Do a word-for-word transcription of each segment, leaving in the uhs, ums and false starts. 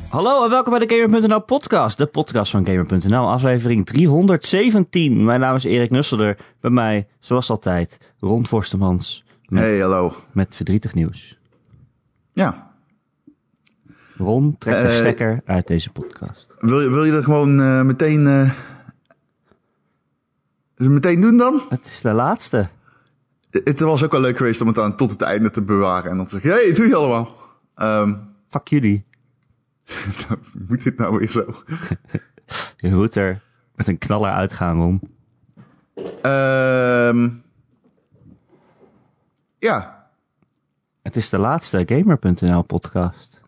Hallo en welkom bij de Gamer punt n l podcast, de podcast van Gamer punt n l, aflevering driehonderdzeventien. Mijn naam is Erik Nusselder, bij mij, zoals altijd, Ron Forstemans. Met, hey, hallo. Met verdrietig nieuws. Ja. Ron, trek de uh, stekker uit deze podcast. Wil je, wil je er gewoon uh, meteen, uh, meteen doen dan? Het is de laatste. Het was ook wel leuk geweest om het dan tot het einde te bewaren en dan te zeggen, hé, hey, doe je allemaal. Um, Fuck jullie. Moet dit nou weer zo? Je moet er met een knaller uitgaan, Ron. Um, ja. Het is de laatste Gamer punt n l podcast.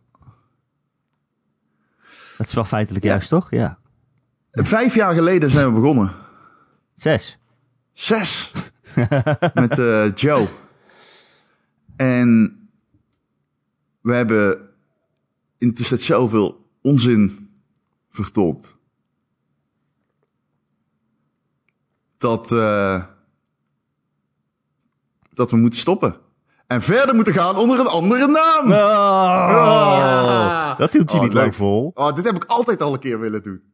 Dat is wel feitelijk ja. juist, toch? Ja. Vijf jaar geleden zijn we begonnen. Zes. Zes. Met uh, Joe. En we hebben intussen zoveel onzin vertolkt. Dat, uh, dat we moeten stoppen. En verder moeten gaan onder een andere naam. Oh, oh. Dat hield je oh, niet lang vol. Oh, dit heb ik altijd al een keer willen doen.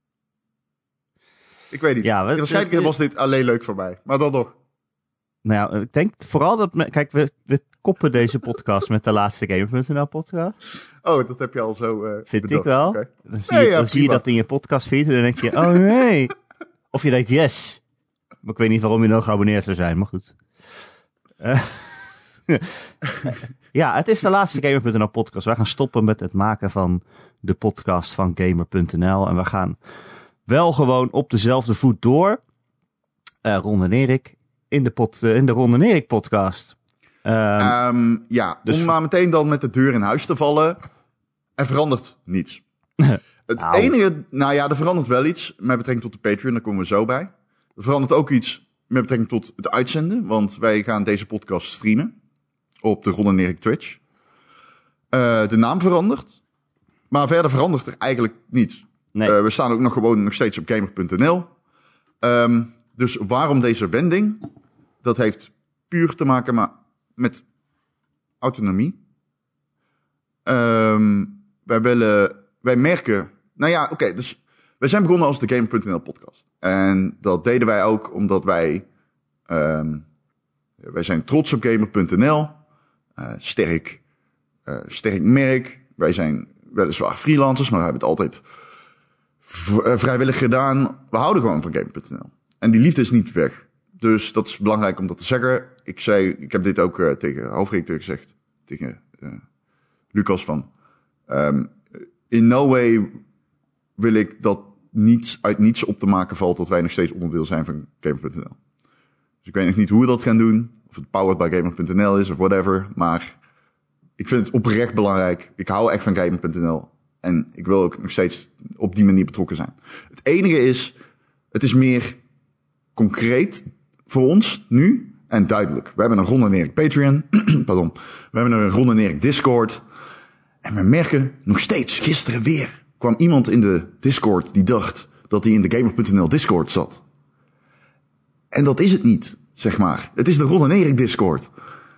Ik weet niet. Ja, we, Waarschijnlijk we, was dit alleen leuk voor mij. Maar dan nog. Nou ja, ik denk vooral dat... Me, kijk, we, we koppen deze podcast met de laatste Gamer punt n l podcast. Oh, dat heb je al zo uh, Vind bedacht. ik wel. Okay. Dan, zie, nee, je, ja, dan zie je dat in je podcastfeed en dan denk je, oh nee. Of je denkt, yes. Maar ik weet niet waarom je nog geabonneerd zou zijn, maar goed. Uh, ja, het is de laatste Gamer punt n l podcast. Wij gaan stoppen met het maken van de podcast van Gamer punt n l. En we gaan wel gewoon op dezelfde voet door. Uh, Ron en Erik. In de, pot, uh, in de Ron en Erik podcast. Um, um, ja, dus om maar meteen dan met de deur in huis te vallen. Er verandert niets. Het nou. enige, nou ja, er verandert wel iets met betrekking tot de Patreon, daar komen we zo bij. Er verandert ook iets met betrekking tot het uitzenden, want wij gaan deze podcast streamen op de Ron en Erik Twitch. Uh, de naam verandert, maar verder verandert er eigenlijk niets. Nee. Uh, we staan ook nog gewoon nog steeds op Gamer punt n l. Um, dus waarom deze wending? Dat heeft puur te maken maar met autonomie. Um, wij willen, wij merken, nou ja, oké, okay, dus wij zijn begonnen als de Gamer punt n l podcast. En dat deden wij ook omdat wij, um, wij zijn trots op Gamer punt n l. Uh, sterk, uh, sterk merk. Wij zijn weliswaar freelancers, maar we hebben het altijd v- uh, vrijwillig gedaan. We houden gewoon van Gamer punt n l. En die liefde is niet weg. Dus dat is belangrijk om dat te zeggen. Ik zei, ik heb dit ook uh, tegen hoofdredacteur gezegd, tegen uh, Lucas van, um, in no way wil ik dat niets uit niets op te maken valt dat wij nog steeds onderdeel zijn van Gamer punt n l. Dus ik weet nog niet hoe we dat gaan doen, of het powered by Gamer punt n l is of whatever, maar ik vind het oprecht belangrijk. Ik hou echt van Gamer punt n l en ik wil ook nog steeds op die manier betrokken zijn. Het enige is, het is meer concreet voor ons nu en duidelijk. We hebben een Ron en Erik Patreon. Pardon. We hebben een Ron en Erik Discord. En we merken nog steeds, gisteren weer, kwam iemand in de Discord die dacht dat hij in de Gamer punt n l Discord zat. En dat is het niet, zeg maar. Het is de Ron en Erik Discord.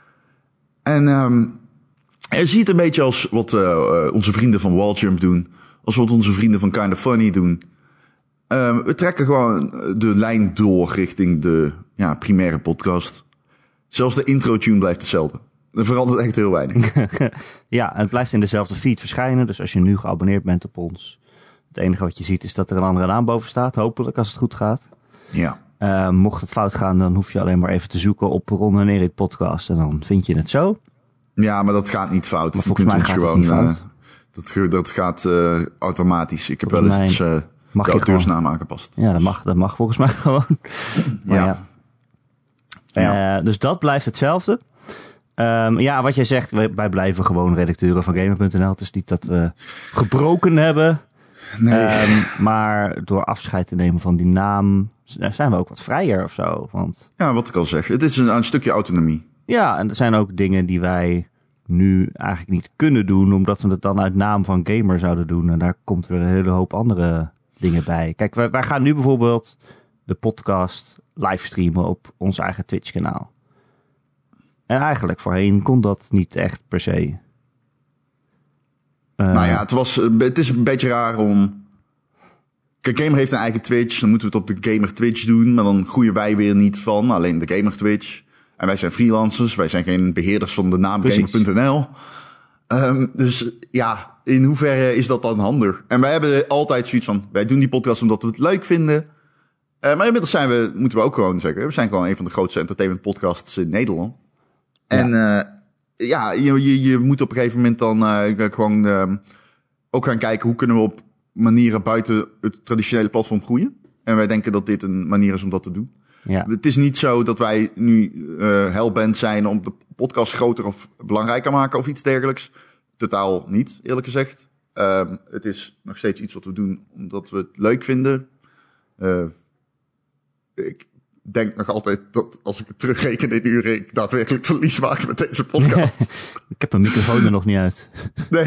En um, je ziet het een beetje als wat uh, onze vrienden van Walljump doen. Als wat onze vrienden van Kinda Funny doen. Uh, we trekken gewoon de lijn door richting de ja, primaire podcast. Zelfs de intro-tune blijft hetzelfde. Er verandert echt heel weinig. Ja, en het blijft in dezelfde feed verschijnen. Dus als je nu geabonneerd bent op ons, het enige wat je ziet is dat er een andere naam boven staat. Hopelijk, als het goed gaat. Ja. Uh, mocht het fout gaan, dan hoef je alleen maar even te zoeken op Ron en Erik podcast. En dan vind je het zo. Ja, maar dat gaat niet fout. Maar volgens mij gaat gewoon, het niet fout. Uh, dat, dat gaat uh, automatisch. Ik heb volgens wel eens mij... uh, Mag de auteursnaam aangepast. Ja, dat mag, dat mag volgens mij gewoon. Maar ja. ja. Uh, dus dat blijft hetzelfde. Um, ja, wat jij zegt, wij, wij blijven gewoon redacteuren van Gamer punt n l. Het is niet dat we gebroken hebben. Nee. Um, maar door afscheid te nemen van die naam zijn we ook wat vrijer of zo. Want... Ja, wat ik al zeg. Het is een, een stukje autonomie. Ja, en er zijn ook dingen die wij nu eigenlijk niet kunnen doen, omdat we het dan uit naam van gamer zouden doen. En daar komt weer een hele hoop andere dingen bij. Kijk, wij, wij gaan nu bijvoorbeeld de podcast livestreamen op ons eigen Twitch-kanaal. En eigenlijk voorheen kon dat niet echt per se. Uh, nou ja, het, was, het is een beetje raar om... Kijk, Gamer heeft een eigen Twitch. Dan moeten we het op de Gamer Twitch doen. Maar dan groeien wij weer niet van. Alleen de Gamer Twitch. En wij zijn freelancers. Wij zijn geen beheerders van de naam gamer punt n l. Um, dus ja, in hoeverre is dat dan handig? En wij hebben altijd zoiets van... Wij doen die podcast omdat we het leuk vinden. Uh, maar inmiddels zijn we, moeten we ook gewoon zeggen... We zijn gewoon een van de grootste entertainment podcasts in Nederland. En ja, uh, ja je, je, je moet op een gegeven moment dan uh, gewoon uh, ook gaan kijken... Hoe kunnen we op manieren buiten het traditionele platform groeien? En wij denken dat dit een manier is om dat te doen. Ja. Het is niet zo dat wij nu uh, hellbent zijn om de podcast groter of belangrijker maken of iets dergelijks. Totaal niet, eerlijk gezegd. Uh, het is nog steeds iets wat we doen omdat we het leuk vinden. Uh, ik denk nog altijd dat als ik het terugreken in uren, ik daadwerkelijk verlies maak met deze podcast. Ik heb mijn microfoon er nog niet uit. Nee.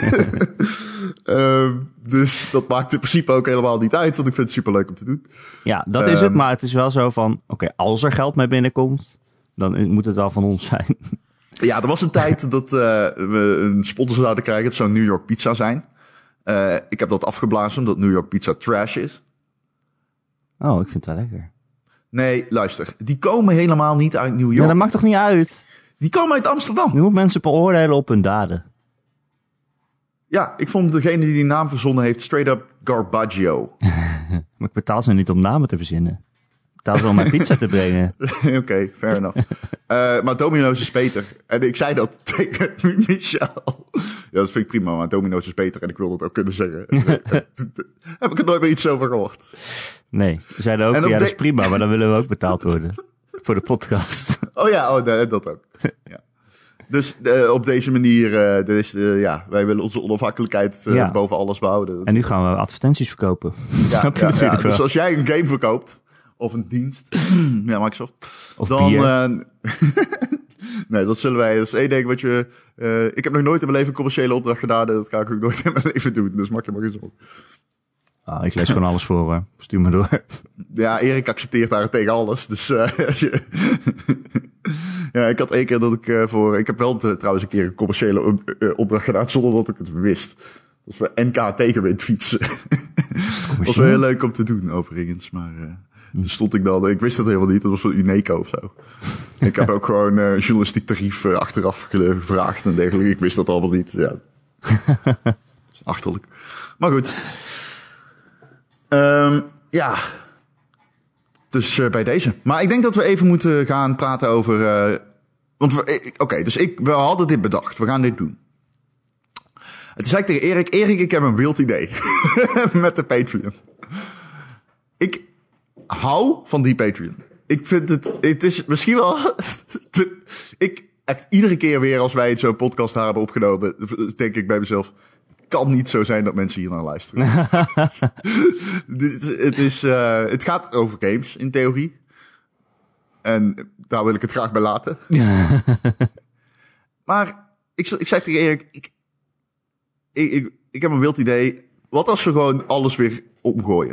uh, dus dat maakt in principe ook helemaal niet uit, want ik vind het superleuk om te doen. Ja, dat is um, het, maar het is wel zo van, oké, okay, als er geld mee binnenkomt, dan moet het wel van ons zijn. Ja, er was een tijd dat uh, we een sponsor zouden krijgen. Het zou New York Pizza zijn. Uh, ik heb dat afgeblazen omdat New York Pizza trash is. Oh, ik vind het wel lekker. Nee, luister. Die komen helemaal niet uit New York. Ja, dat maakt toch niet uit? Die komen uit Amsterdam. Je moet mensen beoordelen op hun daden. Ja, ik vond degene die die naam verzonnen heeft straight up garbaggio. Maar ik betaal ze niet om namen te verzinnen. Ik betaal ze om mijn pizza te brengen. Oké, okay, fair enough. Uh, maar Domino's is beter. En ik zei dat tegen Michel. Ja, dat vind ik prima, maar Domino's is beter. En ik wil dat ook kunnen zeggen. Heb ik er nooit meer iets over gehoord. Nee, we zeiden ook, ja, de... dat is prima, maar dan willen we ook betaald worden. Voor de podcast. Oh ja, oh, nee, dat ook. Ja. Dus uh, op deze manier, uh, dus, uh, ja, wij willen onze onafhankelijkheid uh, ja. boven alles behouden. En nu gaan we advertenties verkopen. Ja, Snap je ja, natuurlijk ja. wel. Dus als jij een game verkoopt, of een dienst, ja, Microsoft, of dan... bier. Uh, nee, dat zullen wij, dat is één ding wat je... Uh, ik heb nog nooit in mijn leven een commerciële opdracht gedaan en dat ga ik ook nooit in mijn leven doen, dus maak je maar geen zorgen. Ah, ik lees gewoon alles voor, hoor. Stuur me door. Ja, Erik accepteert daar tegen alles. Dus uh, je... ja, ik had één keer dat ik uh, voor... Ik heb wel te, trouwens een keer een commerciële op, uh, opdracht gedaan zonder dat ik het wist. Dat was voor N K tegenwind fietsen. Dat was wel heel leuk om te doen, overigens. Maar uh, hm. toen stond ik dan... Ik wist dat helemaal niet. Dat was voor Uneco of zo. Ik heb ook gewoon uh, journalistiek tarief uh, achteraf gevraagd en dergelijke. Ik wist dat allemaal niet. Ja. Dat is achterlijk. Maar goed... Um, ja, dus uh, bij deze. Maar ik denk dat we even moeten gaan praten over... Uh, want we, Oké, okay, dus ik, we hadden dit bedacht. We gaan dit doen. En toen zei ik tegen Erik... Erik, ik heb een wild idee. Met de Patreon. Ik hou van die Patreon. Ik vind het... Het is misschien wel... te, ik echt iedere keer weer als wij zo'n podcast hebben opgenomen... denk ik bij mezelf... kan niet zo zijn dat mensen hier naar luisteren. het, is, uh, het gaat over games, in theorie. En daar wil ik het graag bij laten. Maar ik, ik zei tegen Erik... Ik, ik, ik, ik heb een wild idee. Wat als we gewoon alles weer omgooien?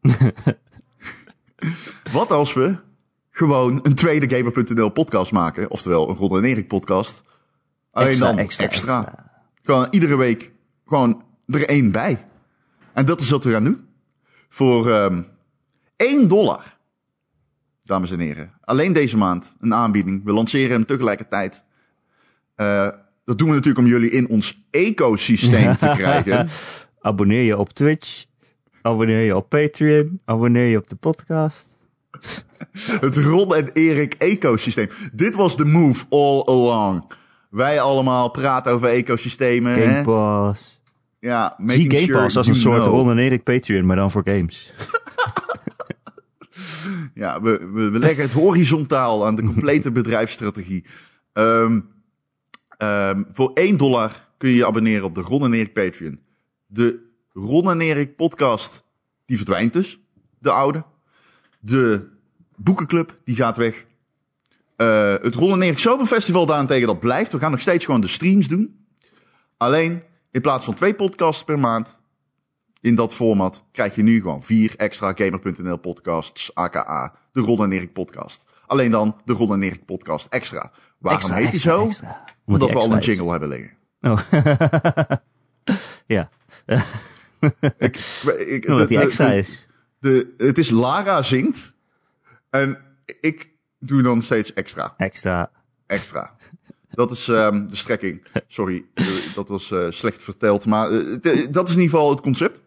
Wat als we gewoon een tweede gamer punt n l podcast maken? Oftewel een Ron en Erik podcast. Alleen extra, dan extra, extra. extra. Gewoon iedere week... Gewoon er één bij. En dat is wat we gaan doen. Voor um, één dollar. Dames en heren. Alleen deze maand een aanbieding. We lanceren hem tegelijkertijd. Uh, dat doen we natuurlijk om jullie in ons ecosysteem te krijgen. Abonneer je op Twitch. Abonneer je op Patreon. Abonneer je op de podcast. Het Ron en Erik ecosysteem. Dit was de move all along. Wij allemaal praten over ecosystemen. Game Pass. Ja, zie Game sure Pass als een soort Ron en Erik Patreon, maar dan voor games. Ja, we, we, we leggen het horizontaal aan de complete bedrijfsstrategie. Um, um, voor één dollar kun je je abonneren op de Ron en Erik Patreon. De Ron en Erik podcast, die verdwijnt dus. De oude. De boekenclub, die gaat weg. Uh, het Ron en Erik Zomerfestival daarentegen, dat blijft. We gaan nog steeds gewoon de streams doen. Alleen, in plaats van twee podcasts per maand, in dat format, krijg je nu gewoon vier extra gamer punt n l podcasts, aka de Ron en Erik podcast. Alleen dan de Ron en Erik podcast extra. Waarom extra, heet extra, die zo? Extra. Omdat we al een is. jingle hebben liggen. Oh. Ja. ik, ik, Omdat die de- extra de- is. De, het is Lara zingt. En ik doe dan steeds extra. Extra. Extra. Dat is um, de strekking. Sorry, uh, dat was uh, slecht verteld. Maar uh, t- dat is in ieder geval het concept.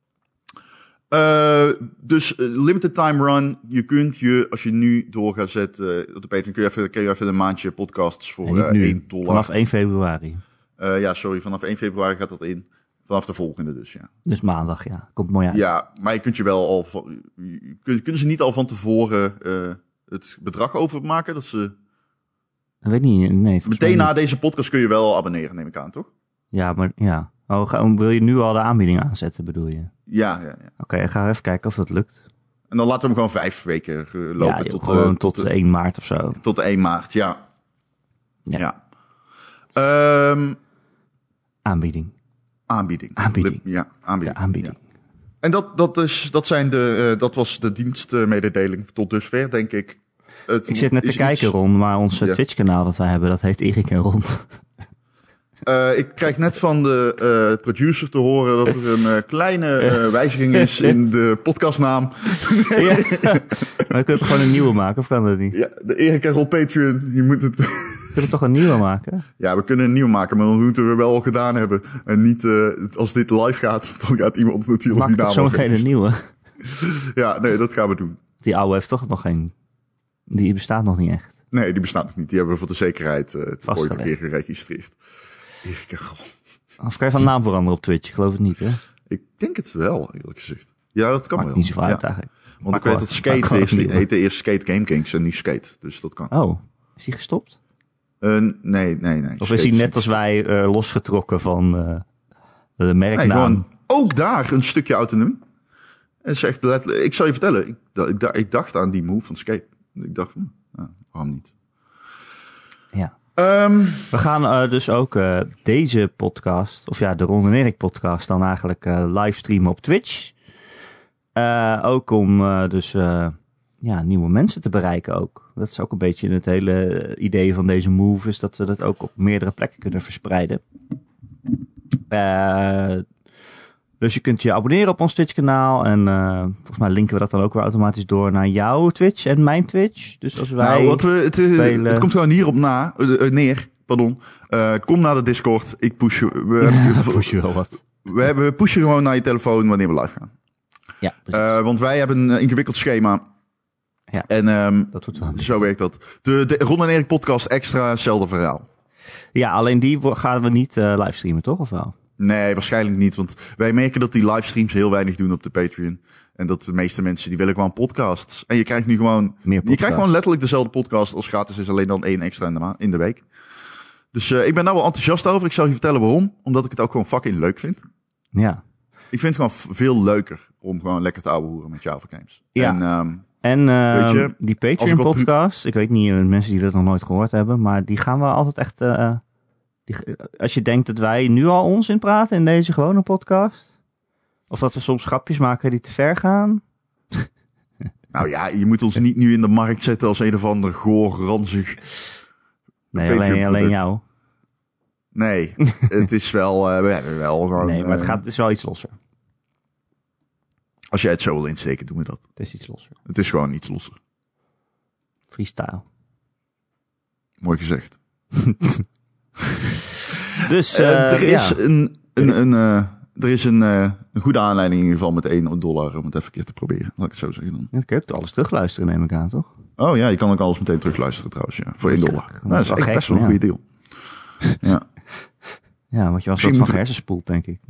Uh, dus uh, limited time run. Je kunt je, als je nu door gaat zetten uh, op de Patreon, kun je even, kun je even een maandje podcasts voor En niet uh, nu. één dollar. Vanaf één februari. Uh, ja, sorry, vanaf één februari gaat dat in. Vanaf de volgende dus, ja. Dus maandag, ja. Komt mooi uit. Ja, maar je kunt je wel al van, je- kun- kunnen ze niet al van tevoren uh, het bedrag overmaken? Dat ze Ik weet niet. Nee, volgens meteen mij na niet. deze podcast kun je wel abonneren, neem ik aan, toch? Ja, maar ja. Oh, ga- wil je nu al de aanbieding aanzetten, bedoel je? Ja, ja, ja. Oké, ik ga even kijken of dat lukt. En dan laten we hem gewoon vijf weken uh, lopen ja, joh, tot, gewoon uh, tot, tot, uh, één maart of zo. tot één maart, ja. Ja. ja. Um, Aanbieding. aanbieding. Aanbieding. Lip- Ja, aanbieding. Ja, aanbieding. Ja. En dat, dat, is, dat, zijn de, uh, dat was de dienstmededeling tot dusver, denk ik. Het Ik zit net te is kijken, iets- Ron, maar ons Ja. Twitch-kanaal dat wij hebben, dat heet Erik en Ron. Uh, ik krijg net van de uh, producer te horen dat er een uh, kleine uh, wijziging is in de podcastnaam. Ja. Maar je kunt toch gewoon een nieuwe maken, of kan dat niet? Ja, de Erik en Roll Patreon. Je moet het. Je kunt toch een nieuwe maken? Ja, we kunnen een nieuw maken, maar dan moeten we wel gedaan hebben. En niet uh, als dit live gaat, dan gaat iemand natuurlijk Maak die toch naam zometeen een opgeven. nieuwe? Ja, nee, dat gaan we doen. Die oude heeft toch nog geen... Die bestaat nog niet echt. Nee, die bestaat nog niet. Die hebben we voor de zekerheid uh, ooit een Vastgelegd. keer geregistreerd. Erik en Roll. Of kan je van naam veranderen op Twitch? Ik geloof het niet, hè? Ik denk het wel, eerlijk gezegd. Ja, dat kan Maakt wel. niet zoveel uit Ja. eigenlijk. Want Maak ik weet wel- dat maak Skate wel eerst, een nieuwe. heette eerst Skate Game Kings en nu Skate. Dus dat kan. Oh, is hij gestopt? Uh, nee, nee, nee. Of Skate is hij net niet. als wij uh, losgetrokken van uh, de merknaam? Nee, gewoon ook daar een stukje autonomie. En zegt letterlijk, ik zal je vertellen, ik, da- ik, da- ik dacht aan die move van Skate. Ik dacht, hm, ja, waarom niet? Ja. Um, We gaan uh, dus ook uh, deze podcast, of ja, de Ron en Erik podcast, dan eigenlijk uh, livestreamen op Twitch. Uh, ook om uh, dus uh, ja, nieuwe mensen te bereiken ook. Dat is ook een beetje het hele idee van deze move, is dat we dat ook op meerdere plekken kunnen verspreiden. Uh, dus je kunt je abonneren op ons Twitch kanaal en uh, volgens mij linken we dat dan ook weer automatisch door naar jouw Twitch en mijn Twitch. Dus als wij... nou, wat we, het, uh, spelen- het komt gewoon hierop na, uh, uh, neer. Pardon. Uh, kom naar de Discord. Ik push je. We, push je wel wat. we, hebben, we pushen gewoon naar je telefoon wanneer we live gaan. Ja, precies. Uh, want wij hebben een ingewikkeld schema. Ja. En um, Dat doet wel. zo werkt dat. De, de Ron en Erik podcast extra, hetzelfde verhaal. Ja, alleen die wo- gaan we niet uh, livestreamen, toch? Of wel? Nee, waarschijnlijk niet. Want wij merken dat die livestreams heel weinig doen op de Patreon. En dat de meeste mensen die willen gewoon podcasts. En je krijgt nu gewoon... Meer Je krijgt podcasts. gewoon letterlijk dezelfde podcast als gratis is. Alleen dan één extra in de, ma- in de week. Dus uh, ik ben daar wel enthousiast over. Ik zal je vertellen waarom. Omdat ik het ook gewoon fucking leuk vind. Ja. Ik vind het gewoon f- veel leuker om gewoon lekker te ouwehoeren met Java Games. Ja. En um, En uh, Weet je, die als ik wat Patreon-podcast, ik weet niet, uh, mensen die dat nog nooit gehoord hebben, maar die gaan we altijd echt... Uh, die, als je denkt dat wij nu al onzin praten in deze gewone podcast, of dat we soms grapjes maken die te ver gaan... nou ja, je moet ons niet nu in de markt zetten als een of ander goor, ranzig... Nee, alleen, alleen Patreon-product. jou. Nee, het is wel... Uh, we hebben wel gewoon... Nee, maar het, uh, gaat, het is wel iets losser. Als jij het zo wil insteken, doen we dat. Het is iets losser. Het is gewoon iets losser. Freestyle. Mooi gezegd. Dus, Uh, uh, er is ja. een, een, een, uh, er is een, uh, een goede aanleiding in ieder geval met één dollar om het even een keer te proberen. Laat ik het zo zeggen dan. Dan kun je ook alles terugluisteren, neem ik aan, toch? Oh ja, je kan ook alles meteen terugluisteren trouwens. Ja, voor één dollar. Nou, dat is wel echt gek, best wel een ja. goede deal. Ja. Ja, want je was een Misschien soort van moeten we- hersenspoeld, denk ik.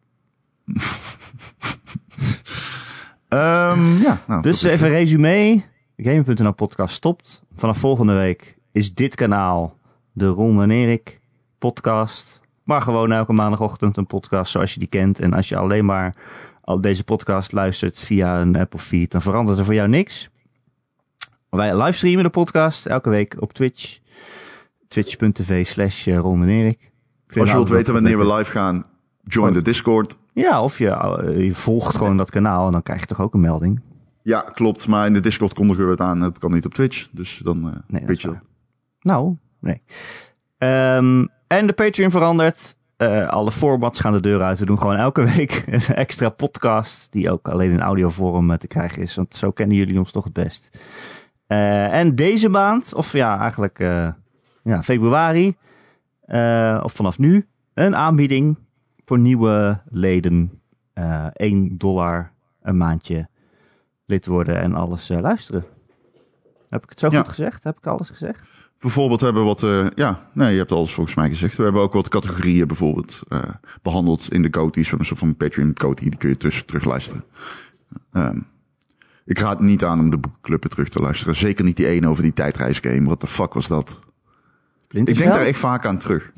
Um, ja nou, Dus dat is- even resume. Gamer punt n l podcast stopt. Vanaf volgende week is dit kanaal de Ron en Erik podcast. Maar gewoon elke maandagochtend een podcast zoals je die kent. En als je alleen maar al deze podcast luistert via een Apple feed, dan verandert er voor jou niks. Wij livestreamen de podcast elke week op Twitch. Twitch punt t v slash Ron en Erik. Als je wilt weten wanneer we live gaan, join de Discord. Ja, of je, uh, je volgt gewoon dat kanaal en dan krijg je toch ook een melding. Ja, klopt. Maar in de Discord kondigen we het aan. Het kan niet op Twitch. Dus dan uh, Nee, dat weet is je waar. dat. Nou, nee. Um, en de Patreon verandert. Uh, alle formats gaan de deur uit. We doen gewoon elke week een extra podcast die ook alleen in audiovorm uh, te krijgen is. Want zo kennen jullie ons toch het best. Uh, en deze maand, of ja, eigenlijk uh, ja, februari, uh, of vanaf nu, een aanbieding voor nieuwe leden. Uh, één dollar een maandje lid worden en alles uh, luisteren. Heb ik het zo ja. goed gezegd? Heb ik alles gezegd? Bijvoorbeeld hebben we wat... Uh, ja, nee, je hebt alles volgens mij gezegd. We hebben ook wat categorieën bijvoorbeeld uh, behandeld in de coties. We hebben een soort van Patreon-cotie, die kun je tussen terugluisteren. Um, ik raad niet aan om de boekenclubben terug te luisteren. Zeker niet die ene over die tijdreisgame. What the fuck was dat? Ik denk daar echt vaak aan terug.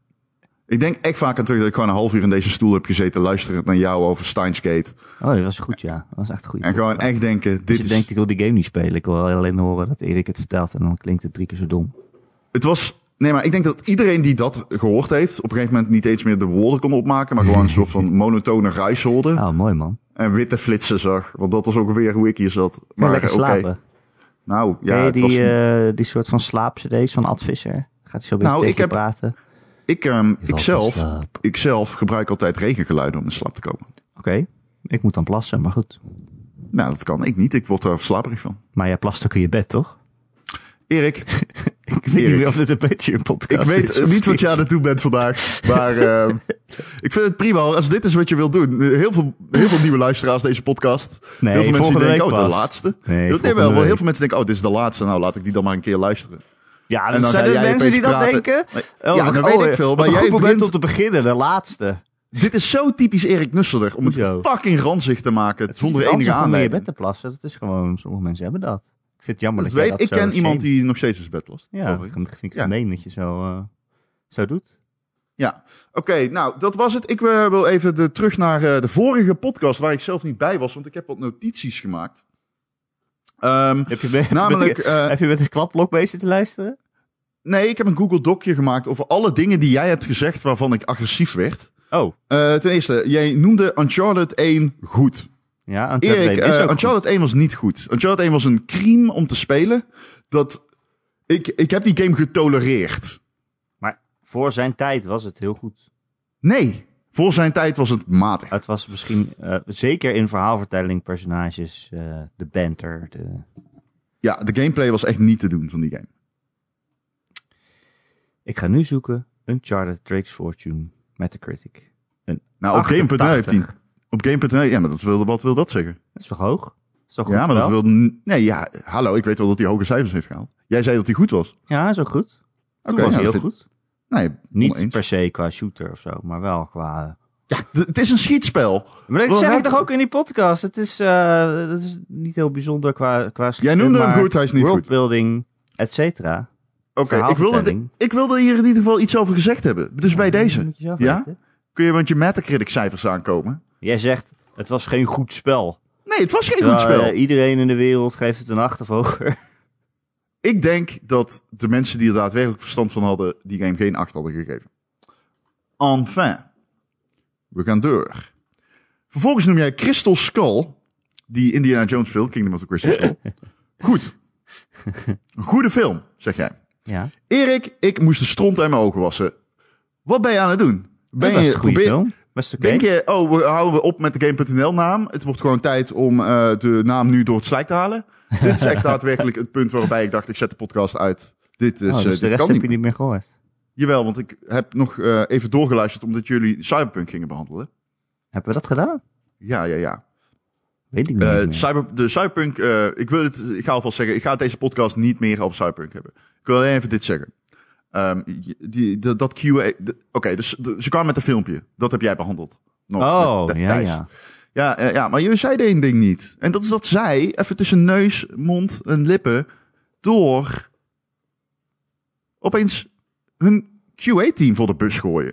Ik denk echt vaak aan terug dat ik gewoon een half uur in deze stoel heb gezeten... luisterend naar jou over Steins Gate. Oh, dat was goed, ja. Dat was echt goed. En gewoon podcast. Echt denken... Dit dus je is... denkt, ik wil die game niet spelen. Ik wil alleen horen dat Erik het vertelt... en dan klinkt het drie keer zo dom. Het was... Nee, maar ik denk dat iedereen die dat gehoord heeft... op een gegeven moment niet eens meer de woorden kon opmaken... maar gewoon een soort van monotone ruis hoorde. Oh, mooi man. En witte flitsen zag. Want dat was ook weer hoe ik hier zat. Maar lekker okay. slapen. Nou, ja... Ken je die, was... uh, die soort van slaapcd's van Ad Visser? Gaat hij zo een beetje nou, tegen ik heb... praten? Ik, um, ik, zelf, ik zelf gebruik altijd regengeluiden om in slaap te komen. Oké, okay. Ik moet dan plassen, maar goed. Nou, dat kan ik niet. Ik word er slaperig van. Maar jij plast ook in je bed, toch? Erik. ik weet Erik. niet of dit een beetje een podcast is. Ik weet is, niet wat je aan het doen bent vandaag. Maar uh, ik vind het prima als dit is wat je wilt doen. Heel veel, heel veel nieuwe luisteraars deze podcast. Nee, heel veel mensen die denken, pas. oh, de laatste. Nee, nee wel, wel, heel veel mensen denken, oh, dit is de laatste. Nou, laat ik die dan maar een keer luisteren. Ja, dat zijn er mensen die dat denken. Oh, ja, dat weet ik veel. Maar jij een goed moment begint... om te beginnen, de laatste. Dit is zo typisch Erik Nusselder om Hoezo? het fucking ranzig te maken het zonder enige aanleiding. om in je bed te plassen, dat is gewoon, sommige mensen hebben dat. Ik vind het jammer dat, dat jij weet, dat Ik ken zo iemand shame. die nog steeds in zijn bed plast. Ja, dat vind ik ja. gemeen dat je zo, uh, zo doet. Ja, oké, okay, nou, dat was het. Ik uh, wil even de, terug naar uh, de vorige podcast waar ik zelf niet bij was, want ik heb wat notities gemaakt. Um, heb, je met, namelijk, met, uh, heb je met een klapblok bezig te luisteren? Nee, ik heb een Google Docje gemaakt over alle dingen die jij hebt gezegd waarvan ik agressief werd. Oh. Uh, ten eerste, jij noemde Uncharted één goed. Ja, Uncharted Erik, één is uh, ook Uncharted goed. één was niet goed. Uncharted één was een crime om te spelen. Dat ik, ik heb die game getolereerd. Maar voor zijn tijd was het heel goed. Nee, voor zijn tijd was het matig. Het was misschien, uh, zeker in verhaalvertelling, personages, uh, de banter. De... Ja, de gameplay was echt niet te doen van die game. Ik ga nu zoeken Uncharted Drake's Fortune Metacritic. Een nou, op game punt n l heeft hij... Op game punt n l, ja, maar dat wil, wat wil dat zeggen? Dat is toch hoog? Dat is toch goed ja, maar dat wil... Nee, ja, hallo, ik weet wel dat hij hoge cijfers heeft gehaald. Jij zei dat hij goed was. Ja, hij is ook goed. Toen okay, was ja, hij heel vind... goed. Nee, niet oneens. per se qua shooter of zo, maar wel qua... Ja, d- het is een schietspel. Maar dat Wat zeg heb... ik toch ook in die podcast. Het is, uh, het is niet heel bijzonder qua, qua Jij noemde hem goed, hij is niet goed. Worldbuilding, et cetera. Oké, okay, ik, wilde ik wilde hier in ieder geval iets over gezegd hebben. Dus ja, bij deze. Ja? Weten. Kun je met je Metacritic cijfers aankomen? Jij zegt, het was geen goed spel. Nee, het was geen Terwijl, goed spel. Uh, iedereen in de wereld geeft het een acht of hoger. Ik denk dat de mensen die er daadwerkelijk verstand van hadden, die game geen acht hadden gegeven. Enfin. We gaan door. Vervolgens noem jij Crystal Skull, die Indiana Jones film, Kingdom of the Crystal Skull. Goed. Een goede film, zeg jij. Ja. Erik, ik moest de stront uit mijn ogen wassen. Wat ben je aan het doen? Ben dat je een goede probeer... film. Best okay. Denk je, oh, we houden we op met de game punt n l naam. Het wordt gewoon tijd om uh, de naam nu door het slijk te halen. Dit is echt daadwerkelijk het punt waarbij ik dacht, ik zet de podcast uit. Dit is, oh, dus uh, de dit rest kan heb niet. je niet meer gehoord? Jawel, want ik heb nog uh, even doorgeluisterd omdat jullie Cyberpunk gingen behandelen. Hebben we dat gedaan? Ja, ja, ja. Weet ik niet uh, meer. Cyber, de Cyberpunk, uh, ik wil het, ik ga alvast zeggen, ik ga deze podcast niet meer over Cyberpunk hebben. Ik wil alleen even dit zeggen. Um, die, die, dat Q A... Oké, okay, dus de, ze kwamen met een filmpje. Dat heb jij behandeld. Nog, oh, met, ja, ja. Ja, uh, ja, maar jullie zeiden één ding niet. En dat is dat zij even tussen neus, mond en lippen door opeens hun Q A-team voor de bus gooien.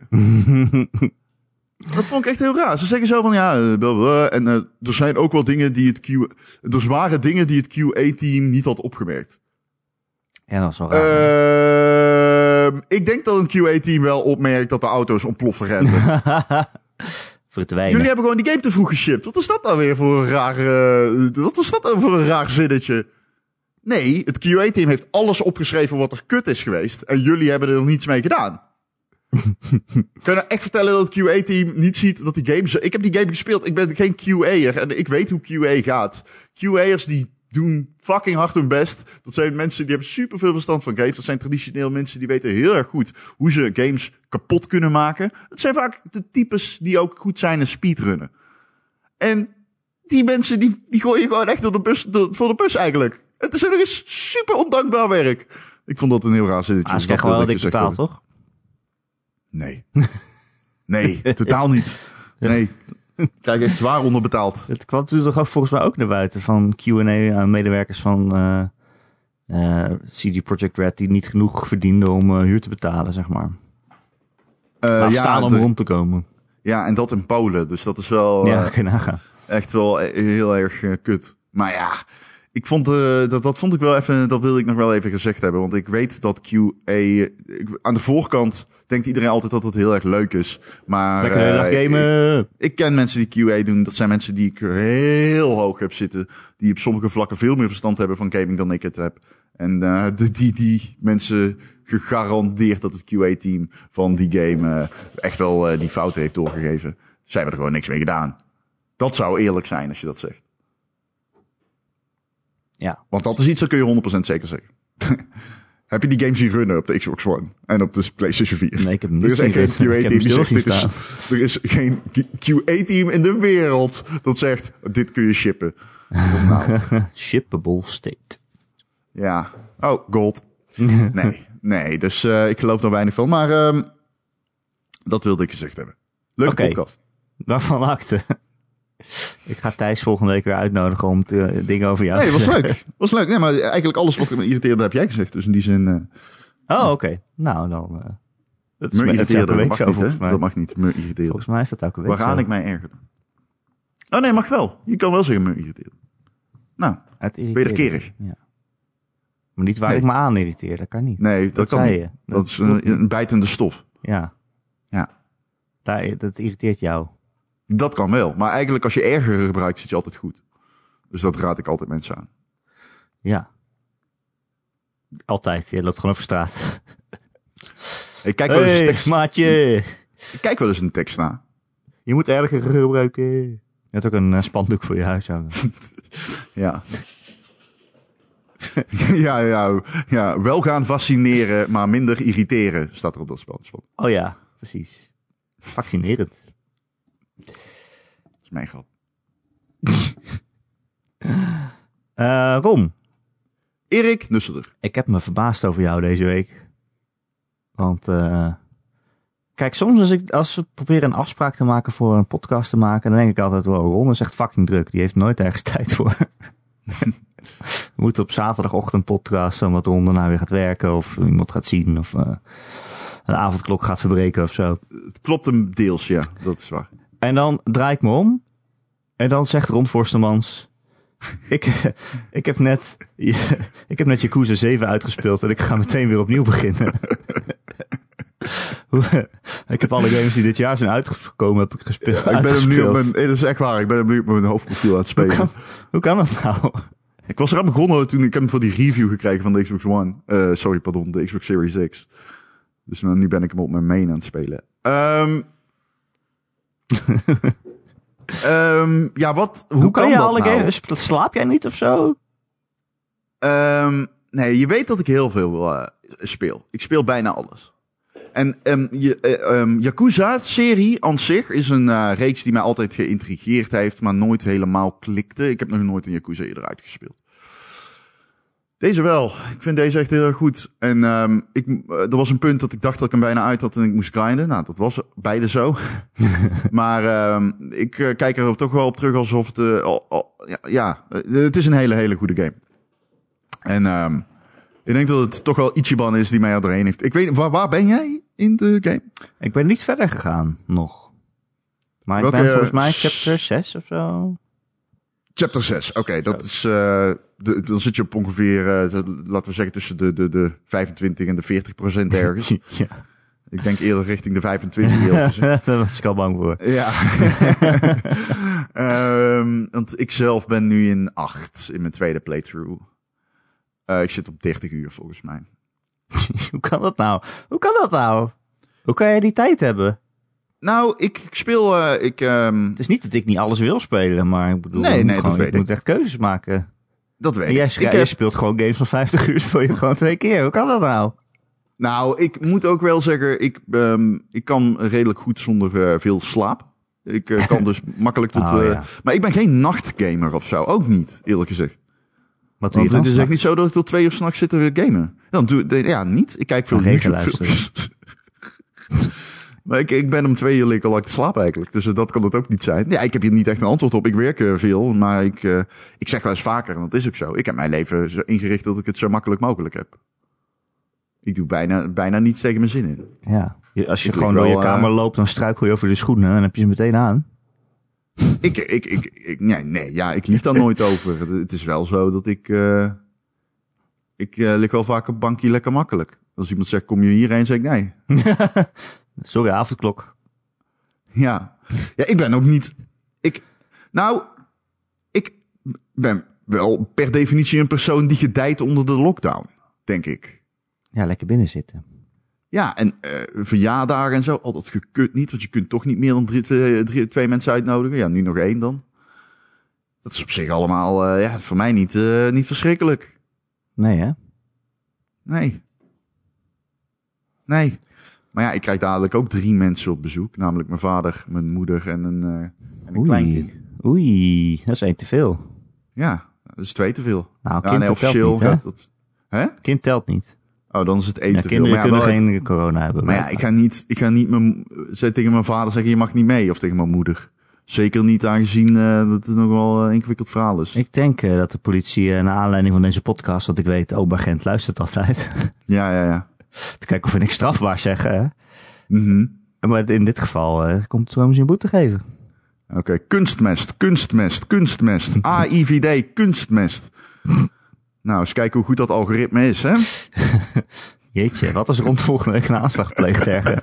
Dat vond ik echt heel raar. Ze zeggen zo van, ja, blablabla, en uh, er zijn ook wel dingen die het Q... Er waren dingen die het Q A-team niet had opgemerkt. Ja, dat is wel raar. Uh, ik denk dat een Q A-team wel opmerkt dat de auto's ontploffen renden. Verdwijnen. Jullie hebben gewoon die game te vroeg geshipped. Wat is dat nou weer voor een raar... Uh, wat is dat nou voor een raar zinnetje? Nee, het Q A-team heeft alles opgeschreven wat er kut is geweest. En jullie hebben er niets mee gedaan. Kan je nou echt vertellen dat het Q A-team niet ziet dat die game... Ik heb die game gespeeld. Ik ben geen Q A'er en ik weet hoe Q A gaat. Q A'ers die doen fucking hard hun best. Dat zijn mensen die hebben superveel verstand van games. Dat zijn traditioneel mensen die weten heel erg goed hoe ze games kapot kunnen maken. Het zijn vaak de types die ook goed zijn in speedrunnen. En die mensen die, die gooien gewoon echt door de bus, door, voor de bus eigenlijk. Het is nog eens super ondankbaar werk. Ik vond dat een heel raar zinnetje. Ah, ze krijgen wel dik betaald, toch? Nee. Nee, totaal niet. Nee. Krijg echt zwaar onderbetaald. Het kwam toen toch ook volgens mij ook naar buiten van Q en A-medewerkers van uh, uh, C D Projekt Red die niet genoeg verdienden om uh, huur te betalen, zeg maar. Uh, Laat ja, staan om de, rond te komen. Ja, en dat in Polen. Dus dat is wel ja, uh, kan nagaan. Echt wel heel erg uh, kut. Maar ja, ik vond, uh, dat, dat vond ik wel even, dat wil ik nog wel even gezegd hebben. Want ik weet dat Q A, ik, aan de voorkant denkt iedereen altijd dat het heel erg leuk is. Maar Lekker uh, dag gamen. Ik, ik ken mensen die Q A doen. Dat zijn mensen die ik heel hoog heb zitten. Die op sommige vlakken veel meer verstand hebben van gaming dan ik het heb. En uh, die, die, die mensen gegarandeerd dat het Q A-team van die game uh, echt wel uh, die fouten heeft doorgegeven. Zij hebben er gewoon niks mee gedaan. Dat zou eerlijk zijn als je dat zegt. Ja. Want dat is iets, dat kun je honderd procent zeker zeggen. Heb je die games zien runnen op de Xbox One en op de PlayStation vier? Nee, ik heb hem niet zien. Er is geen Q A-team die zegt, dit is, er is geen Q A-team in de wereld dat zegt, dit kun je shippen. Nou. Shippable state. Ja. Oh, gold. Nee, nee. Dus uh, ik geloof er weinig van. Maar um, dat wilde ik gezegd hebben. Leuke okay. podcast. Waarvan acte. Ik ga Thijs volgende week weer uitnodigen om te, uh, dingen over jou nee, te zeggen. Nee, was leuk. Was leuk. Nee, maar eigenlijk alles wat me irriteerde heb jij gezegd. Dus in die zin... Uh... Oh, oké. Okay. Nou, dan... Uh, dat is me irriteerde, dat mag zo, niet, hè? Dat mag niet, me irriteerde. Volgens mij is dat elke week Waaraan zo. ik mij ergerde. Oh nee, mag wel. Je kan wel zeggen me irriteerde. Nou, wederkerig. Ja. Maar niet waar nee. ik me aan irriteer, dat kan niet. Nee, dat, dat kan niet. Dat, dat is een, een bijtende stof. Ja. Ja. Daar, dat irriteert jou. Dat kan wel. Maar eigenlijk als je erger gebruikt, zit je altijd goed. Dus dat raad ik altijd mensen aan. Ja. Altijd. Je loopt gewoon over straat. Ik kijk wel eens hey, tekst... maatje. Ik kijk wel eens een tekst na. Je moet erger gebruiken. Je hebt ook een uh, spandoek voor je huis hangen. Ja. ja, ja, ja. Wel gaan fascineren, maar minder irriteren, staat er op dat spel. Oh ja, precies. Fascinerend. Dat is mijn grap. uh, Ron. Erik Nusselder. Ik heb me verbaasd over jou deze week. Want, uh, kijk, soms als ik als we proberen een afspraak te maken voor een podcast te maken, dan denk ik altijd, wow, Ron is echt fucking druk. Die heeft nooit ergens tijd voor. We moeten op zaterdagochtend podcasten omdat Ron daarna weer gaat werken of iemand gaat zien of uh, een avondklok gaat verbreken of zo. Het klopt hem deels, ja. Dat is waar. En dan draai ik me om en dan zegt Ron Forstemans, ik, ik heb net ik heb net Yakuza zeven uitgespeeld en ik ga meteen weer opnieuw beginnen. Ik heb alle games die dit jaar zijn uitgekomen heb ik gespeeld. Ja, ik ben hem nu op mijn, het is echt waar, ik ben hem nu op mijn hoofdprofiel aan het spelen. Hoe kan, hoe kan dat nou? Ik was eraan begonnen toen ik heb hem voor die review gekregen van de Xbox One. Uh, sorry, pardon, de Xbox Series X. Dus nou, nu ben ik hem op mijn main aan het spelen. Um, um, ja, wat? Hoe, hoe kan, kan je dat alle nou? games? Slaap jij niet of zo? Um, nee, je weet dat ik heel veel uh, speel. Ik speel bijna alles. En um, je, uh, um, Yakuza-serie aan zich is een uh, reeks die mij altijd geïntrigeerd heeft, maar nooit helemaal klikte. Ik heb nog nooit een Yakuza eerder uitgespeeld. Deze wel. Ik vind deze echt heel erg goed. En um, ik, uh, er was een punt dat ik dacht dat ik hem bijna uit had en ik moest grinden. Nou, dat was beide zo. Maar um, ik uh, kijk er toch wel op terug alsof het... Uh, oh, oh, ja, ja, uh, het is een hele, hele goede game. En um, ik denk dat het toch wel Ichiban is die mij er doorheen heeft. Ik weet, waar, waar ben jij in de game? Ik ben niet verder gegaan, nog. Maar Welke, ik ben volgens mij chapter zes of zo. Chapter zes, oké. Okay, dat is, uh, de, dan zit je op ongeveer, uh, laten we zeggen, tussen de, de, de vijfentwintig en de veertig procent ergens. Ja. Ik denk eerder richting de vijfentwintig. Daar was ik al bang voor. Ja. um, want ik zelf ben nu in acht in mijn tweede playthrough. Uh, ik zit op dertig uur volgens mij. Hoe kan dat nou? Hoe kan dat nou? Hoe kan jij die tijd hebben? Nou, ik, ik speel... Uh, ik, um... Het is niet dat ik niet alles wil spelen, maar ik bedoel... Nee, nee, gewoon, dat weet ik. ik. moet echt keuzes maken. Dat weet en jij, ik. schrijf, ik heb... jij speelt gewoon games van vijftig uur, speel je gewoon twee keer. Hoe kan dat nou? Nou, ik moet ook wel zeggen, ik, um, ik kan redelijk goed zonder uh, veel slaap. Ik uh, kan dus makkelijk tot... Oh, uh, ja. Maar ik ben geen nachtgamer of zo. Ook niet, eerlijk gezegd. Wat doe je Want dan? het is echt niet zo dat ik tot twee uur s'nachts zit te gamen. Dan doe, de, ja, niet. Ik kijk veel YouTube-filmpjes. Maar ik, ik ben om twee uur lekker al te slapen eigenlijk. Dus dat kan het ook niet zijn. Ja, ik heb hier niet echt een antwoord op. Ik werk uh, veel, maar ik, uh, ik zeg wel eens vaker, en dat is ook zo. Ik heb mijn leven zo ingericht dat ik het zo makkelijk mogelijk heb. Ik doe bijna, bijna niets tegen mijn zin in. Ja, als je Ik gewoon lig door wel, je kamer uh, loopt, dan struikel je over de schoenen en dan heb je ze meteen aan. Ik, ik, ik, ik, nee, nee, ja, ik lieg daar nooit over. Het is wel zo dat ik, uh, ik uh, lig wel vaak op bankje lekker makkelijk. Als iemand zegt, kom je hierheen, zeg ik nee. Sorry, avondklok. Ja. Ja, ik ben ook niet... Ik, nou, ik ben wel per definitie een persoon die gedijt onder de lockdown, denk ik. Ja, lekker binnen zitten. Ja, en uh, verjaardagen en zo, al dat gekut niet, want je kunt toch niet meer dan drie, twee, drie, twee mensen uitnodigen. Ja, nu nog één dan. Dat is op zich allemaal, uh, ja, voor mij niet, uh, niet verschrikkelijk. Nee, hè? Nee. Nee. Maar ja, ik krijg dadelijk ook drie mensen op bezoek. Namelijk mijn vader, mijn moeder en een, uh, en een Oei. kleinkind. Oei, dat is één te veel. Ja, dat is twee te veel. Nou, Ja, kind nee, officieel telt niet, hè? gaat dat... Hè? Kind telt niet. Oh, dan is het één Ja, te veel. kinderen Maar ja, kunnen wel het- geen corona hebben. Maar ja, ik ga niet, ik ga niet mijn, zeg, tegen mijn vader zeggen, je mag niet mee. Of tegen mijn moeder. Zeker niet aangezien uh, dat het nog wel een ingewikkeld verhaal is. Ik denk uh, dat de politie, uh, naar aanleiding van deze podcast, dat ik weet, oma Gent luistert altijd. Ja, ja, ja. Te kijken of we niks strafbaar zeggen, hè? Mm-hmm. Maar in dit geval uh, komt het wel eens een boete geven. Oké, okay. kunstmest, kunstmest, kunstmest. A I V D, kunstmest. Nou, eens kijken hoe goed dat algoritme is, hè? Jeetje, wat als rond volgende week een aanslag pleegt ergens?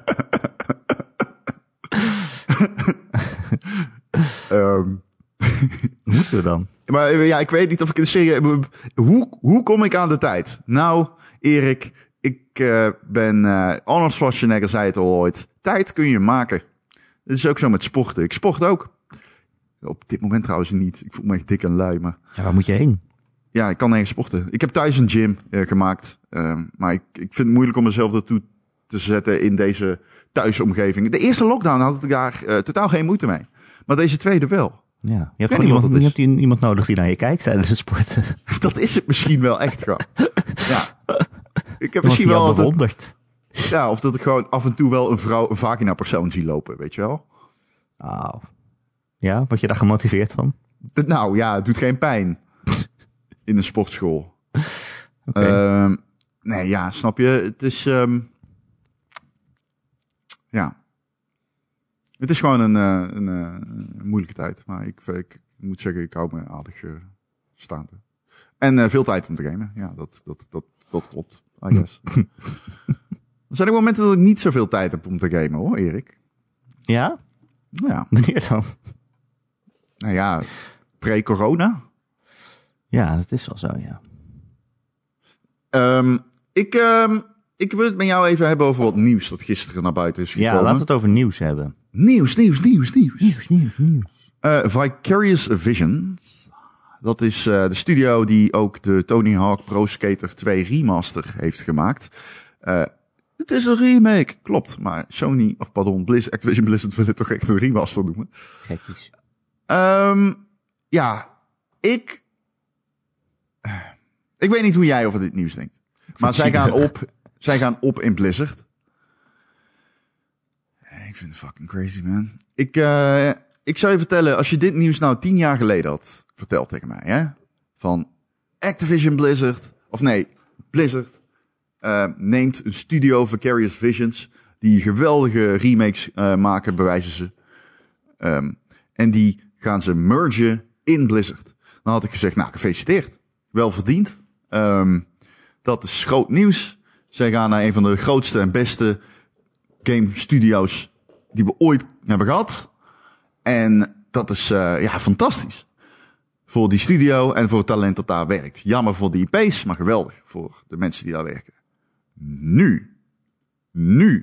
um. Hoe moeten we dan? Maar ja, ik weet niet of ik een serie... Hoe, hoe kom ik aan de tijd? Nou, Erik, ik uh, ben... Uh, Arnold Schwarzenegger zei het al ooit. Tijd kun je maken. Het is ook zo met sporten. Ik sport ook. Op dit moment trouwens niet. Ik voel me echt dik en lui, maar... Ja, waar moet je heen? Ja, ik kan nergens sporten. Ik heb thuis een gym uh, gemaakt. Uh, maar ik, ik vind het moeilijk om mezelf ertoe te zetten in deze thuisomgeving. De eerste lockdown had ik daar uh, totaal geen moeite mee. Maar deze tweede wel. Ja, je hebt weet gewoon niet wat iemand, dat je is. hebt iemand nodig die naar je kijkt tijdens het sporten. Dat is het misschien wel echt gewoon. Ja. Ik heb Iemand misschien die jou wel... Dat, bewondert. ja, of dat ik gewoon af en toe wel een vrouw, een vagina persoon zie lopen, weet je wel? Oh. Ja, word je daar gemotiveerd van? Dat, nou ja, het doet geen pijn. In een sportschool. Okay. Um, nee, ja, snap je? Het is... Um, ja. Het is gewoon een, uh, een, uh, een moeilijke tijd. Maar ik, ik moet zeggen, ik hou me aardig uh, staande. En uh, veel tijd om te gamen. Ja, dat, dat, dat, dat klopt. I guess. Er zijn ook momenten dat ik niet zoveel tijd heb om te gamen, hoor, Erik. Ja? Ja. Wanneer dan? Nou ja, pre-corona. Ja, dat is wel zo, ja. Um, ik, um, ik wil het met jou even hebben over wat nieuws dat gisteren naar buiten is gekomen. Ja, laten we het over nieuws hebben. Nieuws, nieuws, nieuws, nieuws. Nieuws, nieuws, nieuws. Uh, Vicarious Visions. Dat is uh, de studio die ook de Tony Hawk Pro Skater twee remaster heeft gemaakt. Uh, het is een remake, klopt. Maar Sony, of pardon, Blizzard, Activision Blizzard wil het toch echt een remaster noemen. Gekkies. Um, ja, ik... Ik weet niet hoe jij over dit nieuws denkt. Maar zij gaan, op, zij gaan op in Blizzard. Ik vind het fucking crazy, man. Ik, uh, ik zou je vertellen, als je dit nieuws nou tien jaar geleden had verteld tegen mij, hè? Van Activision Blizzard, of nee, Blizzard uh, neemt een studio Vicarious Visions, die geweldige remakes uh, maken, bewijzen ze. Um, en die gaan ze mergen in Blizzard. Dan had ik gezegd, nou, gefeliciteerd. Wel verdiend. Um, dat is groot nieuws. Zij gaan naar een van de grootste en beste game studio's die we ooit hebben gehad. En dat is uh, ja, fantastisch. Voor die studio en voor het talent dat daar werkt. Jammer voor de I P's, maar geweldig voor de mensen die daar werken. Nu. Nu.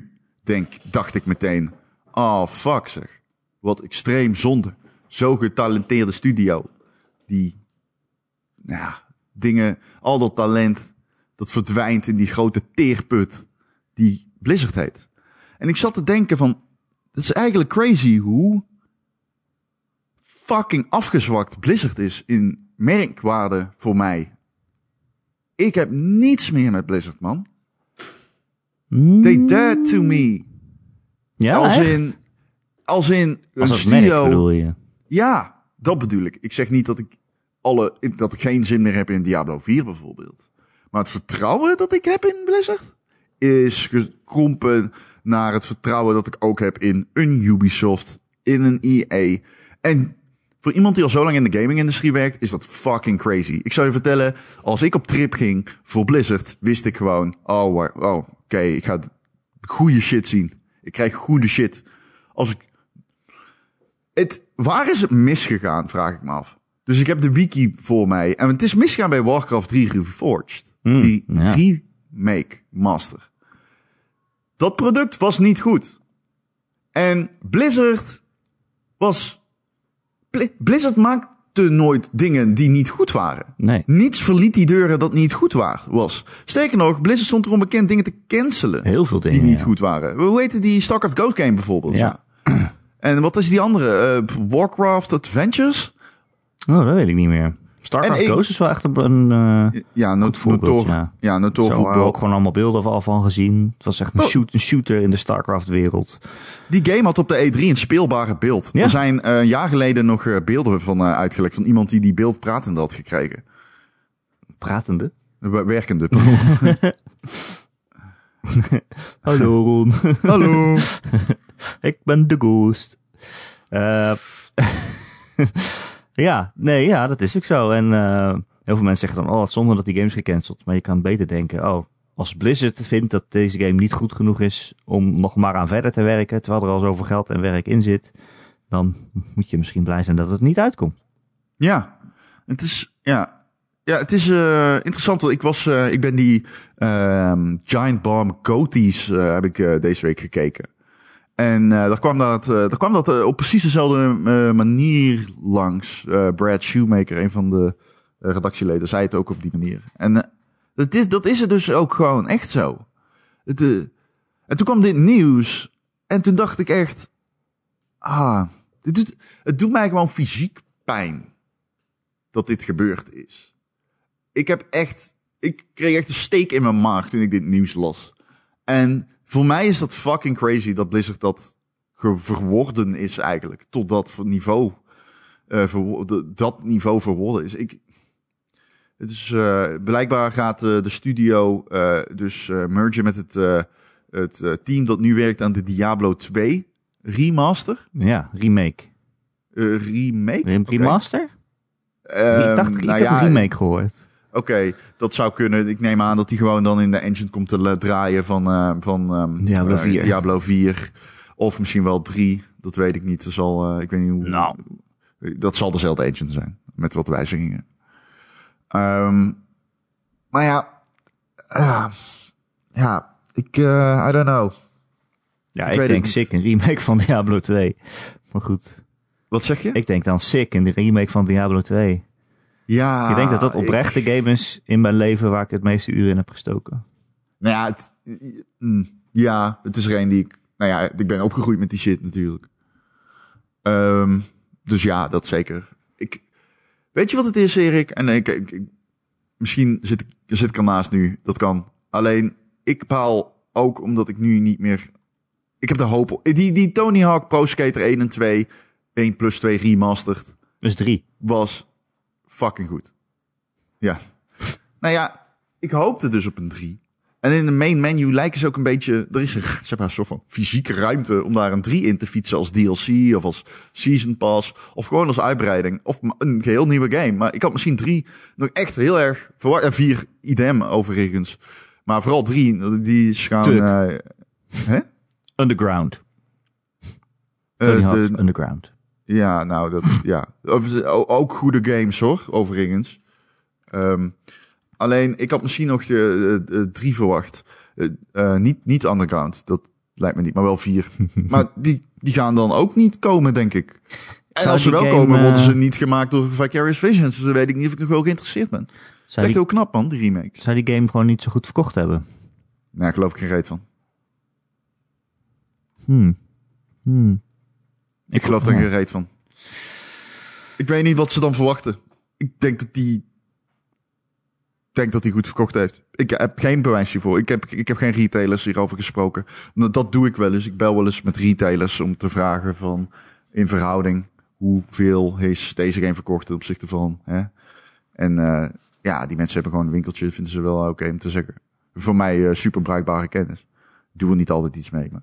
denk, dacht ik meteen... Oh, fuck zeg. Wat extreem zonde. Zo getalenteerde studio. Die, nou ja, dingen, al dat talent... dat verdwijnt in die grote teerput die Blizzard heet. En ik zat te denken van... Het is eigenlijk crazy hoe... fucking afgezwakt Blizzard is in merkwaarde voor mij. Ik heb niets meer met Blizzard, man. Mm. They dead to me. Ja, als echt? in, als in een Als dat studio. merk bedoel je? Ja, dat bedoel ik. Ik zeg niet dat ik alle, dat ik geen zin meer heb in Diablo vier bijvoorbeeld. Maar het vertrouwen dat ik heb in Blizzard is gekrompen naar het vertrouwen dat ik ook heb in een Ubisoft, in een E A. En voor iemand die al zo lang in de gaming-industrie werkt, is dat fucking crazy. Ik zou je vertellen, als ik op trip ging voor Blizzard, wist ik gewoon, oh, oh oké, okay, ik ga goede shit zien. Ik krijg goede shit. Als ik... Het, waar is het misgegaan, vraag ik me af. Dus ik heb de wiki voor mij. En het is misgegaan bij Warcraft drie Reforged. Mm, die ja. remake master. Dat product was niet goed. En Blizzard was... Bli- Blizzard maakte nooit dingen die niet goed waren. Nee. Niets verliet die deuren dat niet goed wa- was. Sterker nog, Blizzard stond erom bekend dingen te cancelen. Heel veel dingen, Die niet ja. goed waren. Hoe heette die StarCraft Ghost game bijvoorbeeld? Ja. En wat is die andere? Uh, Warcraft Adventures? Oh, dat weet ik niet meer. StarCraft En ik- Ghost is wel echt een, een uh, Ja, no- goed voorbeeld, notor, ja. ja, notor Zo voetbal. hebben we ook gewoon allemaal beelden al van gezien. Het was echt een, Oh. shoot, een shooter in de StarCraft-wereld. Die game had op de E drie een speelbare beeld. Ja. Er zijn uh, een jaar geleden nog uh, beelden van uh, uitgelekt van iemand die die beeld pratende had gekregen. Pratende. Uh, werkende. Hallo Ron. Hallo. Ik ben de Ghost. Uh, ja, nee, ja, dat is ook zo. En uh, heel veel mensen zeggen dan, oh, het zonde dat die game is gecanceld. Maar je kan beter denken, oh, als Blizzard vindt dat deze game niet goed genoeg is om nog maar aan verder te werken, terwijl er al zoveel geld en werk in zit, dan moet je misschien blij zijn dat het niet uitkomt. Ja, het is, ja, ja, het is uh, interessant. Want ik was, uh, ik ben die uh, Giant Bomb Goaties uh, heb ik uh, deze week gekeken. En uh, daar kwam dat, uh, daar kwam dat uh, op precies dezelfde uh, manier langs. Uh, Brad Shoemaker, een van de uh, redactieleden, zei het ook op die manier. En uh, dat, is, dat is het dus ook gewoon echt zo. Het, uh, en toen kwam dit nieuws. En toen dacht ik echt... Ah, dit doet, het doet mij gewoon fysiek pijn dat dit gebeurd is. Ik heb echt... Ik kreeg echt een steek in mijn maag toen ik dit nieuws las. En voor mij is dat fucking crazy dat Blizzard dat ge- verworden is eigenlijk. Tot dat niveau, uh, verwo- de, dat niveau verworden is. Ik, het is uh, blijkbaar gaat uh, de studio uh, dus uh, mergen met het, uh, het uh, team dat nu werkt aan de Diablo twee remaster. Ja, remake. Uh, remake? Rem- Oké. Remaster? Um, ik dacht, ik nou heb ja, een remake gehoord. Oké, okay, dat zou kunnen. Ik neem aan dat die gewoon dan in de engine komt te la- draaien van, uh, van um, Diablo uh, vier. Diablo vier. Of misschien wel drie. Dat weet ik niet. Dat zal, uh, ik weet niet hoe. Nou. Dat zal dezelfde engine zijn. Met wat wijzigingen. Um, maar ja. Uh, ja, ik, uh, I don't know. Ja, Ik ik, weet denk het sick, een remake van Diablo twee. Maar goed, Wat zeg je? ik denk dan sick, een remake van Diablo twee. ja. ik denk dat dat oprecht ik- de game is in mijn leven waar ik het meeste uren in heb gestoken. Nou ja, het, mm, ja, het is er een die ik... Nou ja, ik ben opgegroeid met die shit natuurlijk. Um, dus ja, dat zeker. Ik, weet je wat het is, Erik? En ik, ik, ik- misschien zit ik, zit ik ernaast nu. Dat kan. Alleen, ik baal ook omdat ik nu niet meer... Ik heb de hoop... op- Die, die Tony Hawk Pro Skater één en twee... één plus twee remastered... Dus drie. was fucking goed. Ja. Nou ja, ik hoopte dus op een drie. En in de main menu lijken ze ook een beetje... Er is een, ze hebben een soort van fysieke ruimte om daar een drie in te fietsen als D L C of als Season Pass. Of gewoon als uitbreiding. Of een geheel nieuwe game. Maar ik had misschien drie nog echt heel erg verwacht. En vier idem overigens. Maar vooral drie, die is gaan... Tuk. Uh, hè? Underground. Uh, Tony de- Hawk's Underground. Ja, nou, dat, ja. Over- o- Ook goede games, hoor, overigens. Um, alleen, ik had misschien nog de, de, de drie verwacht. Uh, uh, niet, niet Underground. Dat, lijkt me niet, maar wel vier. Maar die, die gaan dan ook niet komen, denk ik. En Zou als ze die wel game, komen, worden ze uh, niet gemaakt door Vicarious Visions. Dus dan weet ik niet of ik nog wel geïnteresseerd ben. Dat is Zou echt die, heel knap, man, die remake. zou die game gewoon niet zo goed verkocht hebben? Nou, daar geloof ik geen reet van. Hmm. Hmm. Ik geloof daar geen reet van. Ik weet niet wat ze dan verwachten. Ik denk dat die... Ik denk dat hij goed verkocht heeft. Ik heb geen bewijs hiervoor. Ik heb, ik heb geen retailers hierover gesproken. Dat doe ik wel eens. Ik bel wel eens met retailers om te vragen van... in verhouding, hoeveel is deze game verkocht ten opzichte van... Hè? En uh, ja, die mensen hebben gewoon een winkeltje. Vinden ze wel oké okay om te zeggen. Voor mij uh, super bruikbare kennis. Ik doe er niet altijd iets mee, maar...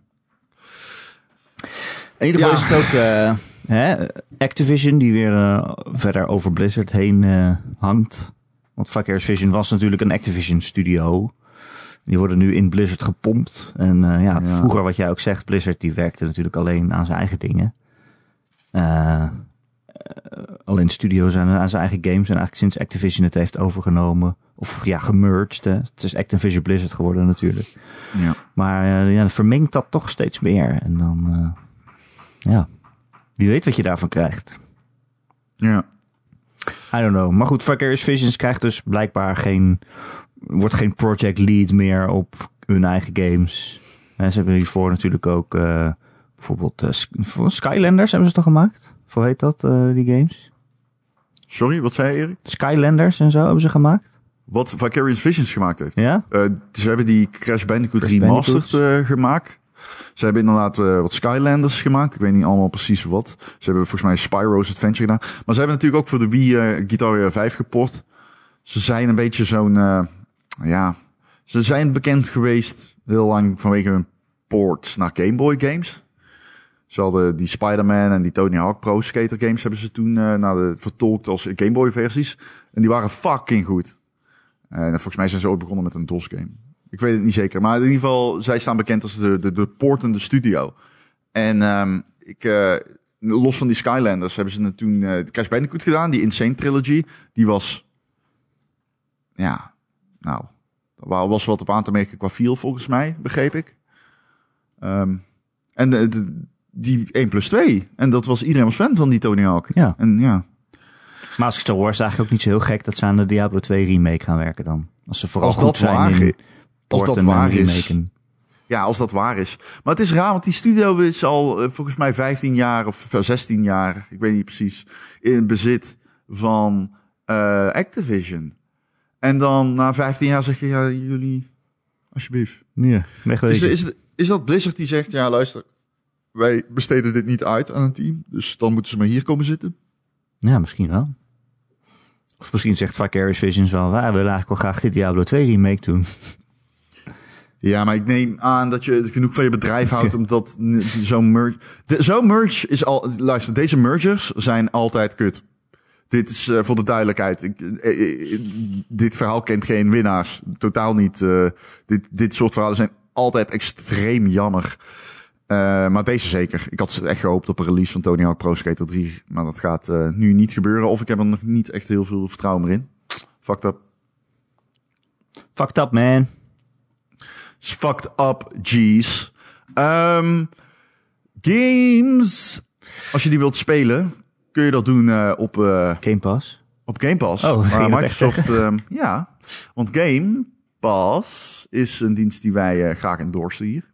In ieder geval Ja. is het ook uh, hè, Activision die weer uh, verder over Blizzard heen uh, hangt. Want Vicarious Vision was natuurlijk een Activision studio. Die worden nu in Blizzard gepompt. En uh, ja, Ja. vroeger wat jij ook zegt, Blizzard die werkte natuurlijk alleen aan zijn eigen dingen. Uh, uh, alleen studio's aan, aan zijn eigen games. En eigenlijk sinds Activision het heeft overgenomen, of ja, gemerged. Hè. Het is Activision Blizzard geworden natuurlijk. Ja. Maar uh, ja, vermengt dat toch steeds meer. En dan, uh, ja, wie weet wat je daarvan krijgt. Ja. I don't know. Maar goed, Vicarious Visions krijgt dus blijkbaar geen... wordt geen project lead meer op hun eigen games. En ze hebben hiervoor natuurlijk ook... Uh, bijvoorbeeld uh, Skylanders hebben ze toch gemaakt? Hoe heet dat, uh, die games? Sorry, wat zei je, Erik? Skylanders en zo hebben ze gemaakt. Wat Vicarious Visions gemaakt heeft. Ja? Uh, ze hebben die Crash Bandicoot Crash Remastered uh, gemaakt. Ze hebben inderdaad uh, wat Skylanders gemaakt. Ik weet niet allemaal precies wat. Ze hebben volgens mij Spyro's Adventure gedaan. Maar ze hebben natuurlijk ook voor de Wii uh, Guitar Hero vijf geport. Ze zijn een beetje zo'n... Uh, ja, ze zijn bekend geweest heel lang vanwege hun ports naar Game Boy games. Ze hadden die Spider-Man en die Tony Hawk Pro Skater games hebben ze toen uh, naar de, vertolkt als Game Boy versies. En die waren fucking goed. En volgens mij zijn ze ook begonnen met een DOS game. Ik weet het niet zeker. Maar in ieder geval, zij staan bekend als de, de, de portende studio. En um, ik, uh, los van die Skylanders hebben ze toen uh, de Crash Bandicoot gedaan. Die Insane Trilogy. Die was... Ja, nou... Er was wat op aan te merken qua feel volgens mij, begreep ik. Um, en de, de, die één plus twee. En dat was iedereen was fan van die Tony Hawk. Ja. En ja... Maar als ik zo hoor, is het eigenlijk ook niet zo heel gek dat ze aan de Diablo twee remake gaan werken dan. Als ze vooral Als goed dat zijn waar in is- als dat porten waar en is. remaken. Ja, als dat waar is. Maar het is raar, want die studio is al uh, volgens mij vijftien jaar of zestien jaar, ik weet niet precies, in bezit van uh, Activision. En dan na vijftien jaar zeg je, ja, jullie, alsjeblieft. Ja, Is, wegwezen. is, is dat Blizzard die zegt, ja luister, wij besteden dit niet uit aan een team, dus dan moeten ze maar hier komen zitten? Ja, misschien wel. Of misschien zegt Vicarious Visions wel, wij willen eigenlijk wel graag dit Diablo twee remake doen. Ja, maar ik neem aan dat je genoeg van je bedrijf houdt omdat n- zo'n merge... de- Zo'n merge is al... Luister, deze mergers zijn altijd kut. Dit is uh, voor de duidelijkheid. Ik, eh, eh, dit verhaal kent geen winnaars. Totaal niet. Uh, dit, dit soort verhalen zijn altijd extreem jammer. Uh, maar deze zeker. Ik had echt gehoopt op een release van Tony Hawk Pro Skater drie. Maar dat gaat uh, nu niet gebeuren. Of ik heb er nog niet echt heel veel vertrouwen meer in. Fucked up. Fucked up, man. It's fucked up, G's. Um, games. Als je die wilt spelen, kun je dat doen uh, op, uh, Game Pass. op Game Pass. Oh, ging je Maar dat echt Microsoft, um, ja. Want Game Pass is een dienst die wij uh, graag endorsen hier.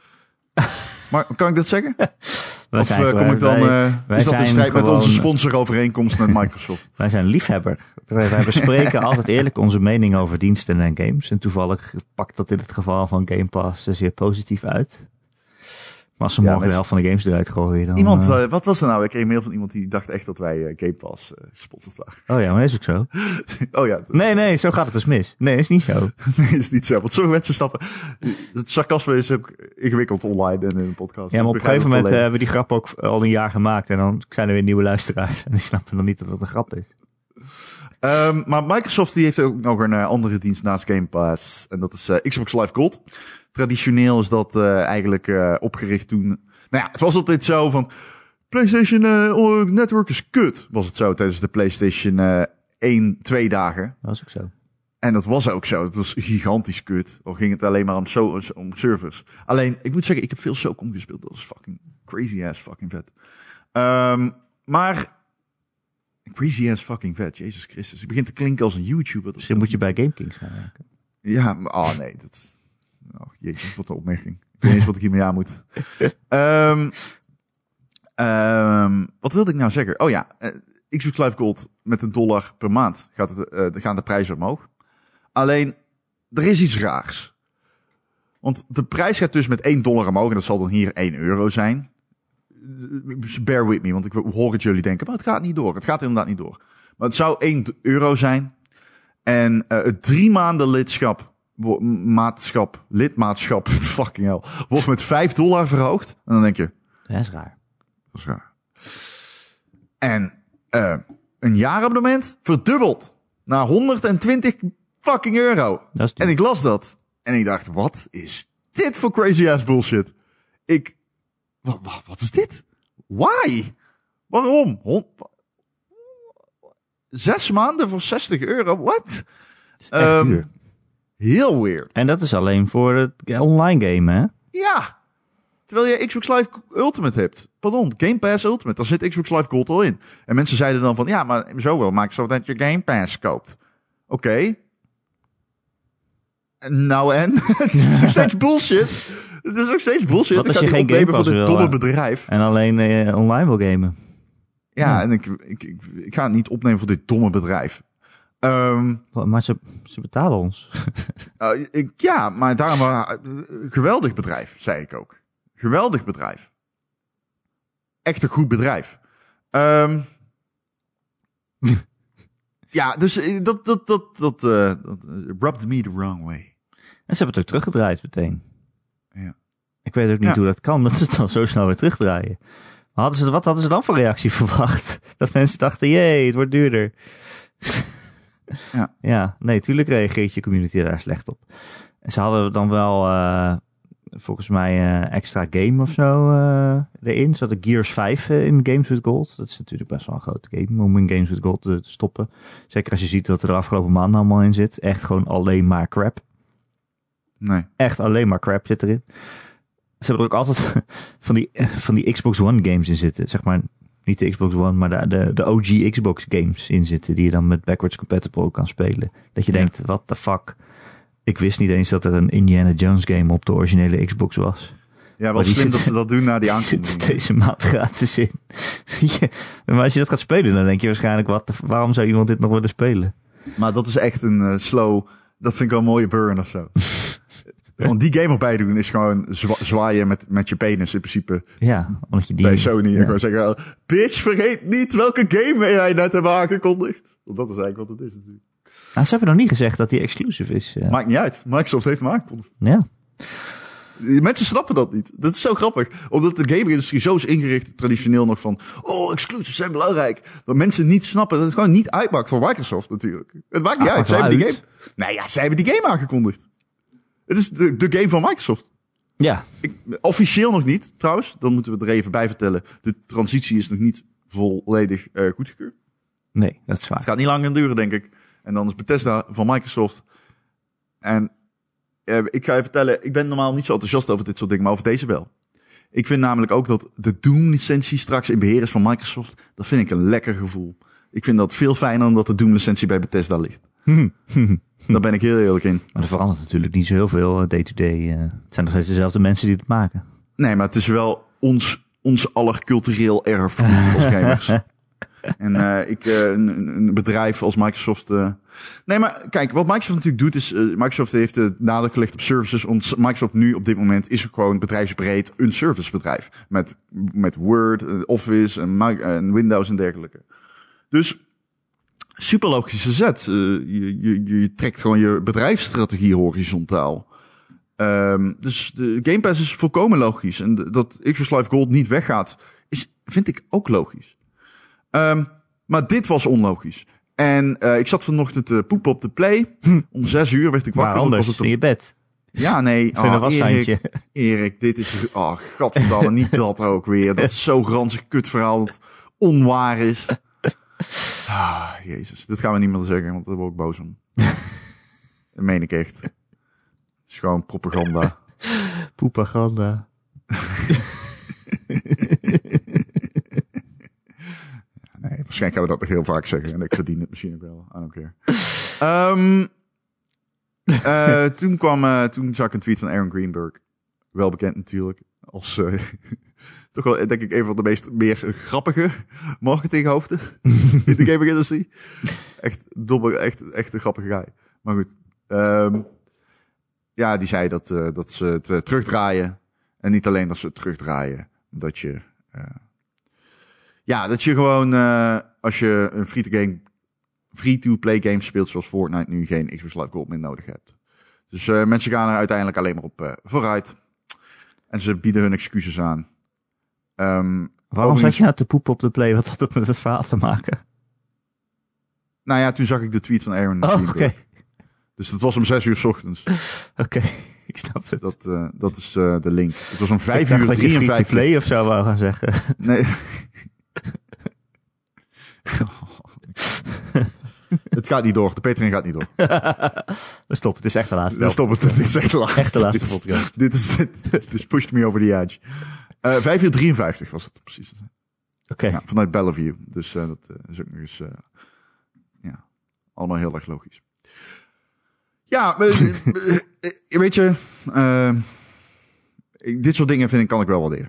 Maar kan ik dat zeggen? Wij Of zijn uh, kom gewoon- ik dan... wij- Uh, wij is dat in zijn strijd met gewoon- onze sponsorovereenkomst met Microsoft? Wij zijn liefhebber. Wij, wij bespreken altijd eerlijk onze mening over diensten en games. En toevallig pakt dat in het geval van Game Pass zeer positief uit. Maar als ze Ja, morgen met- de helft van de games eruit gooien, dan... Iemand, uh, uh, wat was er nou? Ik kreeg een mail van iemand die dacht echt dat wij uh, Game Pass uh, gesponsord waren. Oh ja, maar is ook zo. Oh ja, Nee, nee, zo gaat het dus mis. Nee, is niet zo. nee, is niet zo. Want sommige mensen stappen... Het sarcasme is ook ingewikkeld online en in een podcast. Ja, maar op Ik een gegeven begrijp moment het uh, alleen. hebben we die grap ook al een jaar gemaakt. En dan zijn er weer nieuwe luisteraars. En die snappen dan niet dat dat een grap is. Um, maar Microsoft die heeft ook nog een uh, andere dienst naast Game Pass. En dat is uh, Xbox Live Gold. Traditioneel is dat uh, eigenlijk uh, opgericht toen... Nou ja, het was altijd zo van... PlayStation uh, Network is kut. Was het zo tijdens de PlayStation uh, één, twee dagen. Dat is ook zo. En dat was ook zo. Het was gigantisch kut. Al ging het alleen maar om, so- om servers. Alleen, ik moet zeggen, ik heb veel SOCOM gespeeld. Dat is fucking crazy ass fucking vet. Um, maar... Crazy ass fucking vet. Jezus Christus. Ik begin te klinken als een YouTuber. Misschien moet je bij GameKings gaan werken. Ja, maar... Oh nee, dat... Oh, jezus, wat een opmerking. Ik weet niet eens wat ik hiermee aan moet. um, um, wat wilde ik nou zeggen? Oh ja, uh, Xbox Live Gold met een dollar per maand gaat het, uh, gaan de prijzen omhoog. Alleen, er is iets raars. Want de prijs gaat dus met één dollar omhoog en dat zal dan hier één euro zijn. Bear with me, want ik hoor het jullie denken, maar het gaat niet door. Het gaat inderdaad niet door. Maar het zou één euro zijn. En uh, het drie maanden lidschap, maatschap, lidmaatschap, fucking hell, wordt met vijf dollar verhoogd. En dan denk je... Dat is raar. Dat is raar. En uh, een jaarabonnement verdubbeld naar honderdtwintig fucking euro. Dat is en ik las dat. En ik dacht, wat is dit voor crazy ass bullshit? Ik... Wat, wat, wat is dit? Why? Waarom? Hond... Zes maanden voor zestig euro? What? Um, heel weird. En dat is alleen voor het online gamen, hè? Ja. Terwijl je Xbox Live Ultimate hebt. Pardon, Game Pass Ultimate. Daar zit Xbox Live Gold al in. En mensen zeiden dan van, ja, maar zo wil Microsoft dat je Game Pass koopt. Oké. Okay. Nou en? Het is nog steeds bullshit. Het is nog steeds bullshit. Wat ik als ga je niet geen opnemen voor Game dit Pass domme wil, bedrijf. En alleen uh, online wil gamen. Ja, Ja. en ik, ik, ik, ik ga het niet opnemen voor dit domme bedrijf. Um, maar ze, ze betalen ons. uh, ik, ja, maar daarom uh, geweldig bedrijf, zei ik ook. Geweldig bedrijf. Echt een goed bedrijf. Um, ja, dus dat, dat, dat, dat, uh, dat uh, rubbed me the wrong way. En ze hebben het ook teruggedraaid meteen. Ja. Ik weet ook niet Ja. hoe dat kan, dat ze het dan zo snel weer terugdraaien. Maar hadden ze, wat hadden ze dan voor reactie verwacht? Dat mensen dachten, jee, het wordt duurder. Ja. Ja, nee, tuurlijk reageert je community daar slecht op. En ze hadden dan wel, uh, volgens mij, uh, extra game of zo uh, erin. Ze hadden Gears vijf uh, in Games with Gold. Dat is natuurlijk best wel een grote game om in Games with Gold te stoppen. Zeker als je ziet wat er de afgelopen maanden allemaal in zit. Echt gewoon alleen maar crap. Nee. Echt alleen maar crap zit erin. Ze hebben er ook altijd van die, van die Xbox One games in zitten. Zeg maar, niet de Xbox One, maar de, de, de O G Xbox games in zitten. Die je dan met backwards compatible kan spelen. Dat je Ja. denkt, what the fuck. Ik wist niet eens dat er een Indiana Jones game op de originele Xbox was. Ja, wel Maar die slim zit- dat ze dat doen na die Die zit aankondiging. deze maand gratis in. Ja, maar als je dat gaat spelen, dan denk je waarschijnlijk, wat, de- waarom zou iemand dit nog willen spelen? Maar dat is echt een uh, slow... Dat vind ik wel een mooie burn of zo. Want die game erbij doen is gewoon zwa- zwaaien met, met je penis in principe. Ja, omdat je die... Bij Sony. Ja. En gewoon zeggen, uh, bitch, vergeet niet welke game jij net hebt aangekondigd. Want dat is eigenlijk wat het is natuurlijk. Nou, ze hebben nog niet gezegd dat die exclusive is. Uh, Maakt niet uit. Microsoft heeft hem aangekondigd. ja. Die mensen snappen dat niet. Dat is zo grappig. Omdat de game-industrie zo is ingericht, traditioneel nog van... Oh, exclusives zijn belangrijk. Dat mensen niet snappen dat het gewoon niet uitmaakt voor Microsoft natuurlijk. Het maakt niet Ah, uit. maakt Zij wel hebben die uit. game... Nou ja, zij hebben die game aangekondigd. Het is de, de game van Microsoft. Ja. Ik, officieel nog niet, trouwens. Dan moeten we er even bij vertellen. De transitie is nog niet volledig uh, goedgekeurd. Nee, dat is waar. Het gaat niet lang gaan duren, denk ik. En dan is Bethesda van Microsoft. En uh, ik ga je vertellen, ik ben normaal niet zo enthousiast over dit soort dingen, maar over deze wel. Ik vind namelijk ook dat de Doom-licentie straks in beheer is van Microsoft. Dat vind ik een lekker gevoel. Ik vind dat veel fijner dan dat de Doom-licentie bij Bethesda ligt. Daar ben ik heel eerlijk in. Maar er verandert natuurlijk niet zo heel veel uh, day-to-day. Uh, het zijn nog steeds dezelfde mensen die het maken. Nee, maar het is wel ons, ons aller cultureel erfgoed als gamers. En uh, ik, uh, een, een bedrijf als Microsoft... Uh... Nee, maar kijk, wat Microsoft natuurlijk doet is... Uh, Microsoft heeft de nadruk gelegd op services. Want Microsoft nu op dit moment is gewoon bedrijfsbreed een servicebedrijf. Met, met Word, uh, Office en, en Windows en dergelijke. Dus super logische zet. Uh, je, je, je trekt gewoon je bedrijfsstrategie horizontaal. Um, dus de Game Pass is volkomen logisch. En de, dat Xbox Live Gold niet weggaat, is, vind ik ook logisch. Um, maar dit was onlogisch. En uh, ik zat vanochtend te poepen op de play. Hm. Om zes uur werd ik wakker. Maar anders, was het op... in je bed. Ja, nee. Of in een washandje. Erik, Erik, dit is... Oh, godverdamme, niet dat ook weer. Dat is zo'n ranzig kutverhaal dat onwaar is. Ah, jezus, dit gaan we niet meer zeggen, want daar word ik boos om. Dat meen ik echt. Het is gewoon propaganda. Poepaganda. Nee, waarschijnlijk gaan we dat nog heel vaak zeggen. En ik verdien het misschien ook wel. I don't care. Um, uh, toen, kwam, uh, toen zag ik een tweet van Aaron Greenberg. Wel bekend natuurlijk. Als uh, toch wel, denk ik, een van de meest meer grappige marketinghoofden in de gaming industrie. Echt domme, echt, echt een grappige guy. Maar goed. Um, ja, die zei dat, uh, dat ze het uh, terugdraaien. En niet alleen dat ze het terugdraaien. Dat je... Uh, ja, dat je gewoon... Uh, als je een free-to-game... free-to-play game speelt zoals Fortnite nu geen Xbox Live Gold meer nodig hebt. Dus uh, mensen gaan er uiteindelijk alleen maar op uh, vooruit. En ze bieden hun excuses aan. Um, Waarom zat je nou te poepen op de play? Wat had het met het verhaal te maken? Nou ja, toen zag ik de tweet van Aaron. Oh, oké. Okay. Dus dat was om zes uur 's ochtends. Oké, okay, ik snap het. Dat, uh, dat is uh, de link. Het was om vijf uur drieënvijftig. Je play of zo wou gaan zeggen. Nee. Het gaat niet door. De Patreon gaat niet door. We stoppen. Het is echt de laatste. We stoppen. Het is echt de laatste. Echt de laatste podcast. Dit is dit, dit is pushed me over the edge. Uh, vijf uur drieënvijftig was het precies. Oké. Okay. Ja, vanuit Bellevue. Dus uh, dat uh, is ook nog eens... Uh, ja, allemaal heel erg logisch. Ja, weet je... Uh, dit soort dingen vind ik, kan ik wel waarderen.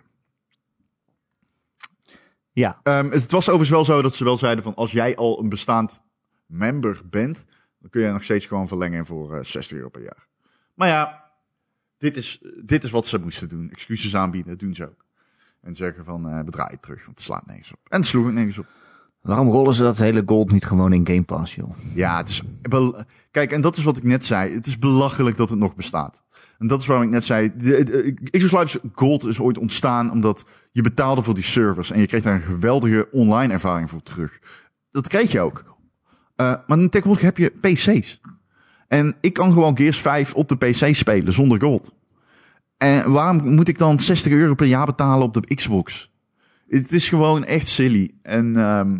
Ja. Um, het was overigens wel zo dat ze wel zeiden van... als jij al een bestaand member bent... dan kun je nog steeds gewoon verlengen voor uh, zestig euro per jaar. Maar ja, dit is, dit is wat ze moesten doen. Excuses aanbieden, dat doen ze ook. En zeggen van, uh, bedraai het terug, want het slaat nergens op. En het sloeg het nergens op. Waarom rollen ze dat hele gold niet gewoon in Game Pass, joh? Ja, het is... Kijk, en dat is wat ik net zei. Het is belachelijk dat het nog bestaat. En dat is waarom ik net zei... de, de, Xbox Live Gold is ooit ontstaan omdat je betaalde voor die servers. En je kreeg daar een geweldige online ervaring voor terug. Dat kreeg je ook. Uh, maar tegenwoordig heb je P C's. En ik kan gewoon Gears vijf op de P C spelen zonder gold. En waarom moet ik dan zestig euro per jaar betalen op de Xbox? Het is gewoon echt silly. En um,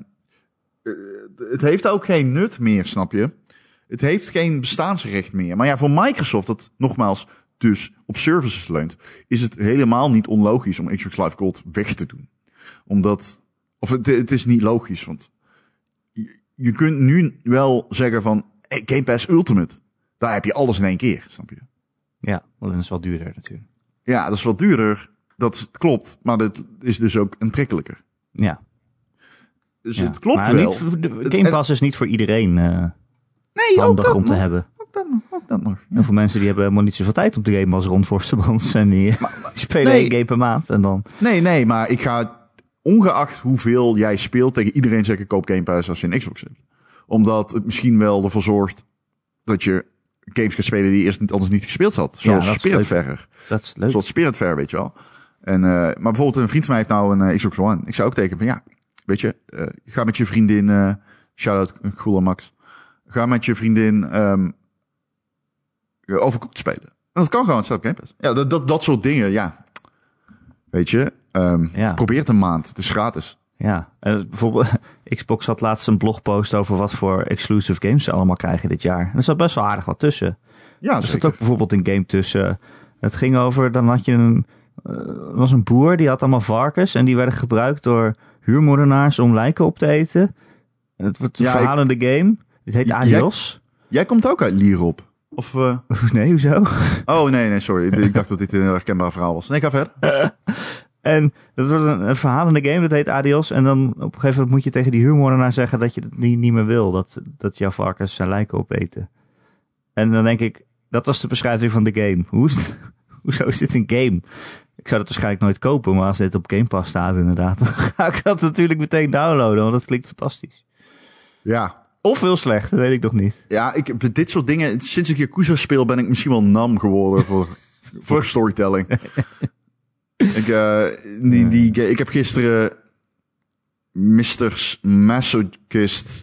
het heeft ook geen nut meer, snap je? Het heeft geen bestaansrecht meer. Maar ja, voor Microsoft, dat nogmaals dus op services leunt, is het helemaal niet onlogisch om Xbox Live Gold weg te doen. Omdat, of het, het is niet logisch, want je, je kunt nu wel zeggen van, hey, Game Pass Ultimate, daar heb je alles in één keer, snap je? Ja, want dat is wel duurder natuurlijk. Ja, dat is wat duurder, dat klopt, maar dat is dus ook aantrekkelijker. Ja. Dus ja. het klopt maar wel. Niet, de Game Pass is niet voor iedereen uh, nee, handig ook om te nog. hebben. Ook dat nog, ook dat nog. Ja. Heel veel mensen die hebben helemaal niet zoveel tijd om te gamen als rond Forstemans. En die, maar, maar, die spelen nee. één game per maand en dan... Nee, nee, maar ik ga ongeacht hoeveel jij speelt tegen iedereen zeggen koop Game Pass als je een Xbox hebt. Omdat het misschien wel ervoor zorgt dat je games gaat spelen die je eerst niet, anders niet gespeeld had. Zoals ja, Spiritfarer. Dat is leuk. Zoals Spiritfarer, weet je wel. En, uh, maar bijvoorbeeld een vriend van mij heeft nou een uh, Xbox One. Ik zou ook tegen van ja, weet je, uh, ga met je vriendin, uh, shout-out Goela Max. Ga met je vriendin um, Overcooked spelen. En dat kan gewoon, het staat op Game Pass. Ja, dat, dat, dat soort dingen, ja. Weet je, um, ja. probeer het een maand. Het is gratis. Ja, en bijvoorbeeld Xbox had laatst een blogpost over wat voor exclusive games ze allemaal krijgen dit jaar. En er zat best wel aardig wat tussen. Ja, er zat ook bijvoorbeeld een game tussen. Het ging over, dan had je een, uh, was een boer die had allemaal varkens en die werden gebruikt door huurmoordenaars om lijken op te eten. En het wordt een ja, verhalende ik, game. Het heet Adios. Jij, jij komt ook uit Lierop. Of, uh... Nee, hoezo? Oh, nee, nee, sorry. Ik dacht dat dit een herkenbaar verhaal was. Nee, ga verder. En dat wordt een, een verhalende game, dat heet Adios. En dan op een gegeven moment moet je tegen die huurmoordenaar zeggen dat je het niet, niet meer wil. Dat, dat jouw varkens zijn lijken opeten. En dan denk ik, dat was de beschrijving van de game. Hoe is het, hoezo is dit een game? Ik zou dat waarschijnlijk nooit kopen, maar als dit op Game Pass staat inderdaad, dan ga ik dat natuurlijk meteen downloaden, want dat klinkt fantastisch. Ja. Of heel slecht, dat weet ik nog niet. Ja, ik, dit soort dingen, sinds ik Yakuza speel ben ik misschien wel nam geworden voor, voor storytelling. ik, uh, die, die, ik heb gisteren mister Masochist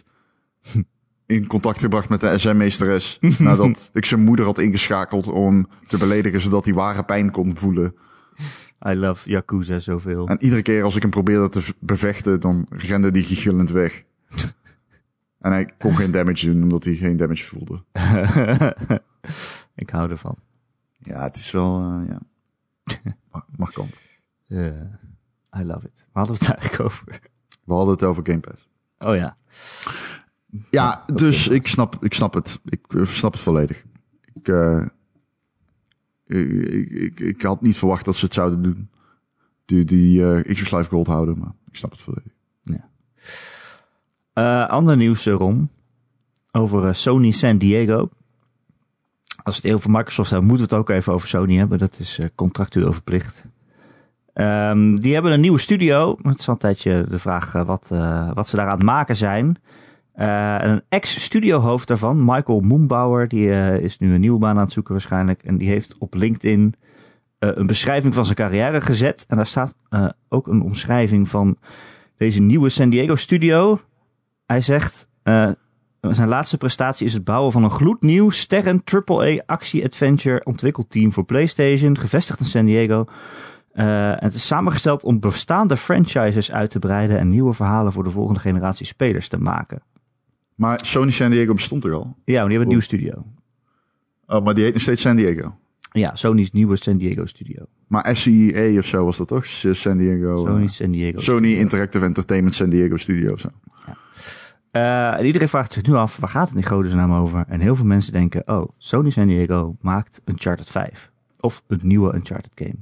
in contact gebracht met de S M-meesteres. Nadat ik zijn moeder had ingeschakeld om te beledigen, zodat hij ware pijn kon voelen. I love Yakuza zoveel. En iedere keer als ik hem probeerde te bevechten, dan rende die gillend weg. En hij kon geen damage doen, omdat hij geen damage voelde. Ik hou ervan. Ja, het is wel, uh, ja. Markant. Uh, I love it. We hadden het eigenlijk over. We hadden het over Game Pass. Oh ja. Ja, dus ik snap, ik snap het. Ik uh, snap het volledig. Ik, uh, ik, ik, ik, ik had niet verwacht dat ze het zouden doen. Die, die uh, Xbox Live Gold houden, maar ik snap het volledig. Ja. Uh, ander nieuws, Ron. Over uh, Sony San Diego. Als het over Microsoft hebben, moeten we het ook even over Sony hebben. Dat is uh, contractueel verplicht. Um, die hebben een nieuwe studio. Het is al een tijdje de vraag uh, wat, uh, wat ze daar aan het maken zijn. Uh, een ex-studiohoofd daarvan, Michael Moonbauer, die uh, is nu een nieuwe baan aan het zoeken waarschijnlijk. En die heeft op LinkedIn uh, een beschrijving van zijn carrière gezet. En daar staat uh, ook een omschrijving van deze nieuwe San Diego studio. Hij zegt, uh, zijn laatste prestatie is het bouwen van een gloednieuw sterren triple A actie-adventure ontwikkelteam voor PlayStation, gevestigd in San Diego. Uh, en het is samengesteld om bestaande franchises uit te breiden en nieuwe verhalen voor de volgende generatie spelers te maken. Maar Sony San Diego bestond er al? Ja, maar die hebben een nieuwe studio. Oh, maar die heet nog steeds San Diego? Ja, Sony's nieuwe San Diego studio. Maar S I A of zo was dat toch? San Diego. Sony San Diego. Sony studio. Interactive Entertainment San Diego studio of zo. Ja. Uh, en iedereen vraagt zich nu af, waar gaat het in godesnaam over? En heel veel mensen denken, oh, Sony San Diego maakt Uncharted vijf. Of een nieuwe Uncharted game.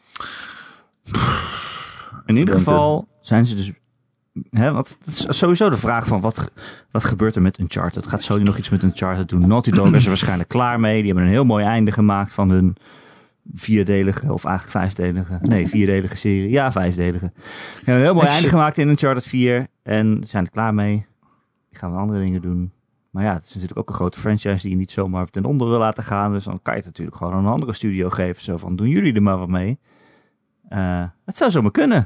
In ieder geval zijn ze dus... Hè, want het is sowieso de vraag van wat, wat gebeurt er met Uncharted? Gaat Sony nog iets met Uncharted doen? Naughty Dog is er waarschijnlijk klaar mee. Die hebben een heel mooi einde gemaakt van hun vierdelige, of eigenlijk vijfdelige... Nee, vierdelige serie. Ja, vijfdelige. Die hebben een heel mooi einde gemaakt in Uncharted vier. En zijn er klaar mee. Die gaan we andere dingen doen. Maar ja, het is natuurlijk ook een grote franchise die je niet zomaar ten onder wil laten gaan. Dus dan kan je het natuurlijk gewoon aan een andere studio geven. Zo van, doen jullie er maar wat mee. Uh, het zou zomaar kunnen.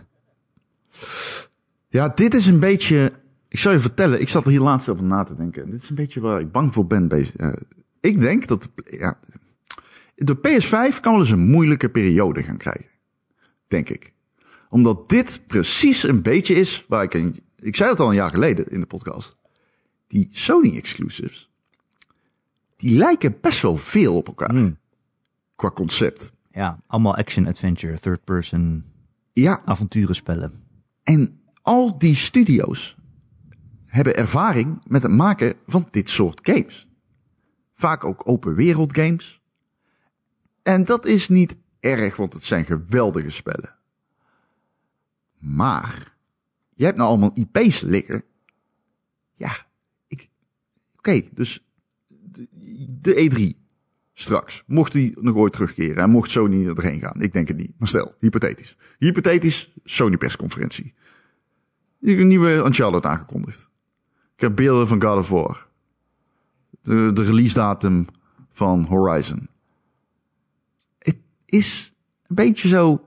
Ja, dit is een beetje... Ik zal je vertellen, ik zat er hier laatst over na te denken. Dit is een beetje waar ik bang voor ben. Bezig. Uh, ik denk dat... De, ja, de P S vijf kan wel eens een moeilijke periode gaan krijgen. Denk ik. Omdat dit precies een beetje is waar ik... Een, ik zei het al een jaar geleden in de podcast. Die Sony exclusives, die lijken best wel veel op elkaar. Mm. Qua concept. Ja, allemaal action-adventure, third-person ja. avonturenspellen. En al die studio's hebben ervaring met het maken van dit soort games. Vaak ook open wereld games. En dat is niet erg, want het zijn geweldige spellen. Maar, je hebt nou allemaal I P's liggen. Ja, ik... Oké, okay, dus de, de E drie... Straks, mocht hij nog ooit terugkeren en mocht Sony erheen gaan. Ik denk het niet, maar stel, hypothetisch. Hypothetisch, Sony persconferentie. Een nieuwe Uncharted aangekondigd. Ik heb beelden van God of War. De, de release datum van Horizon. Het is een beetje zo...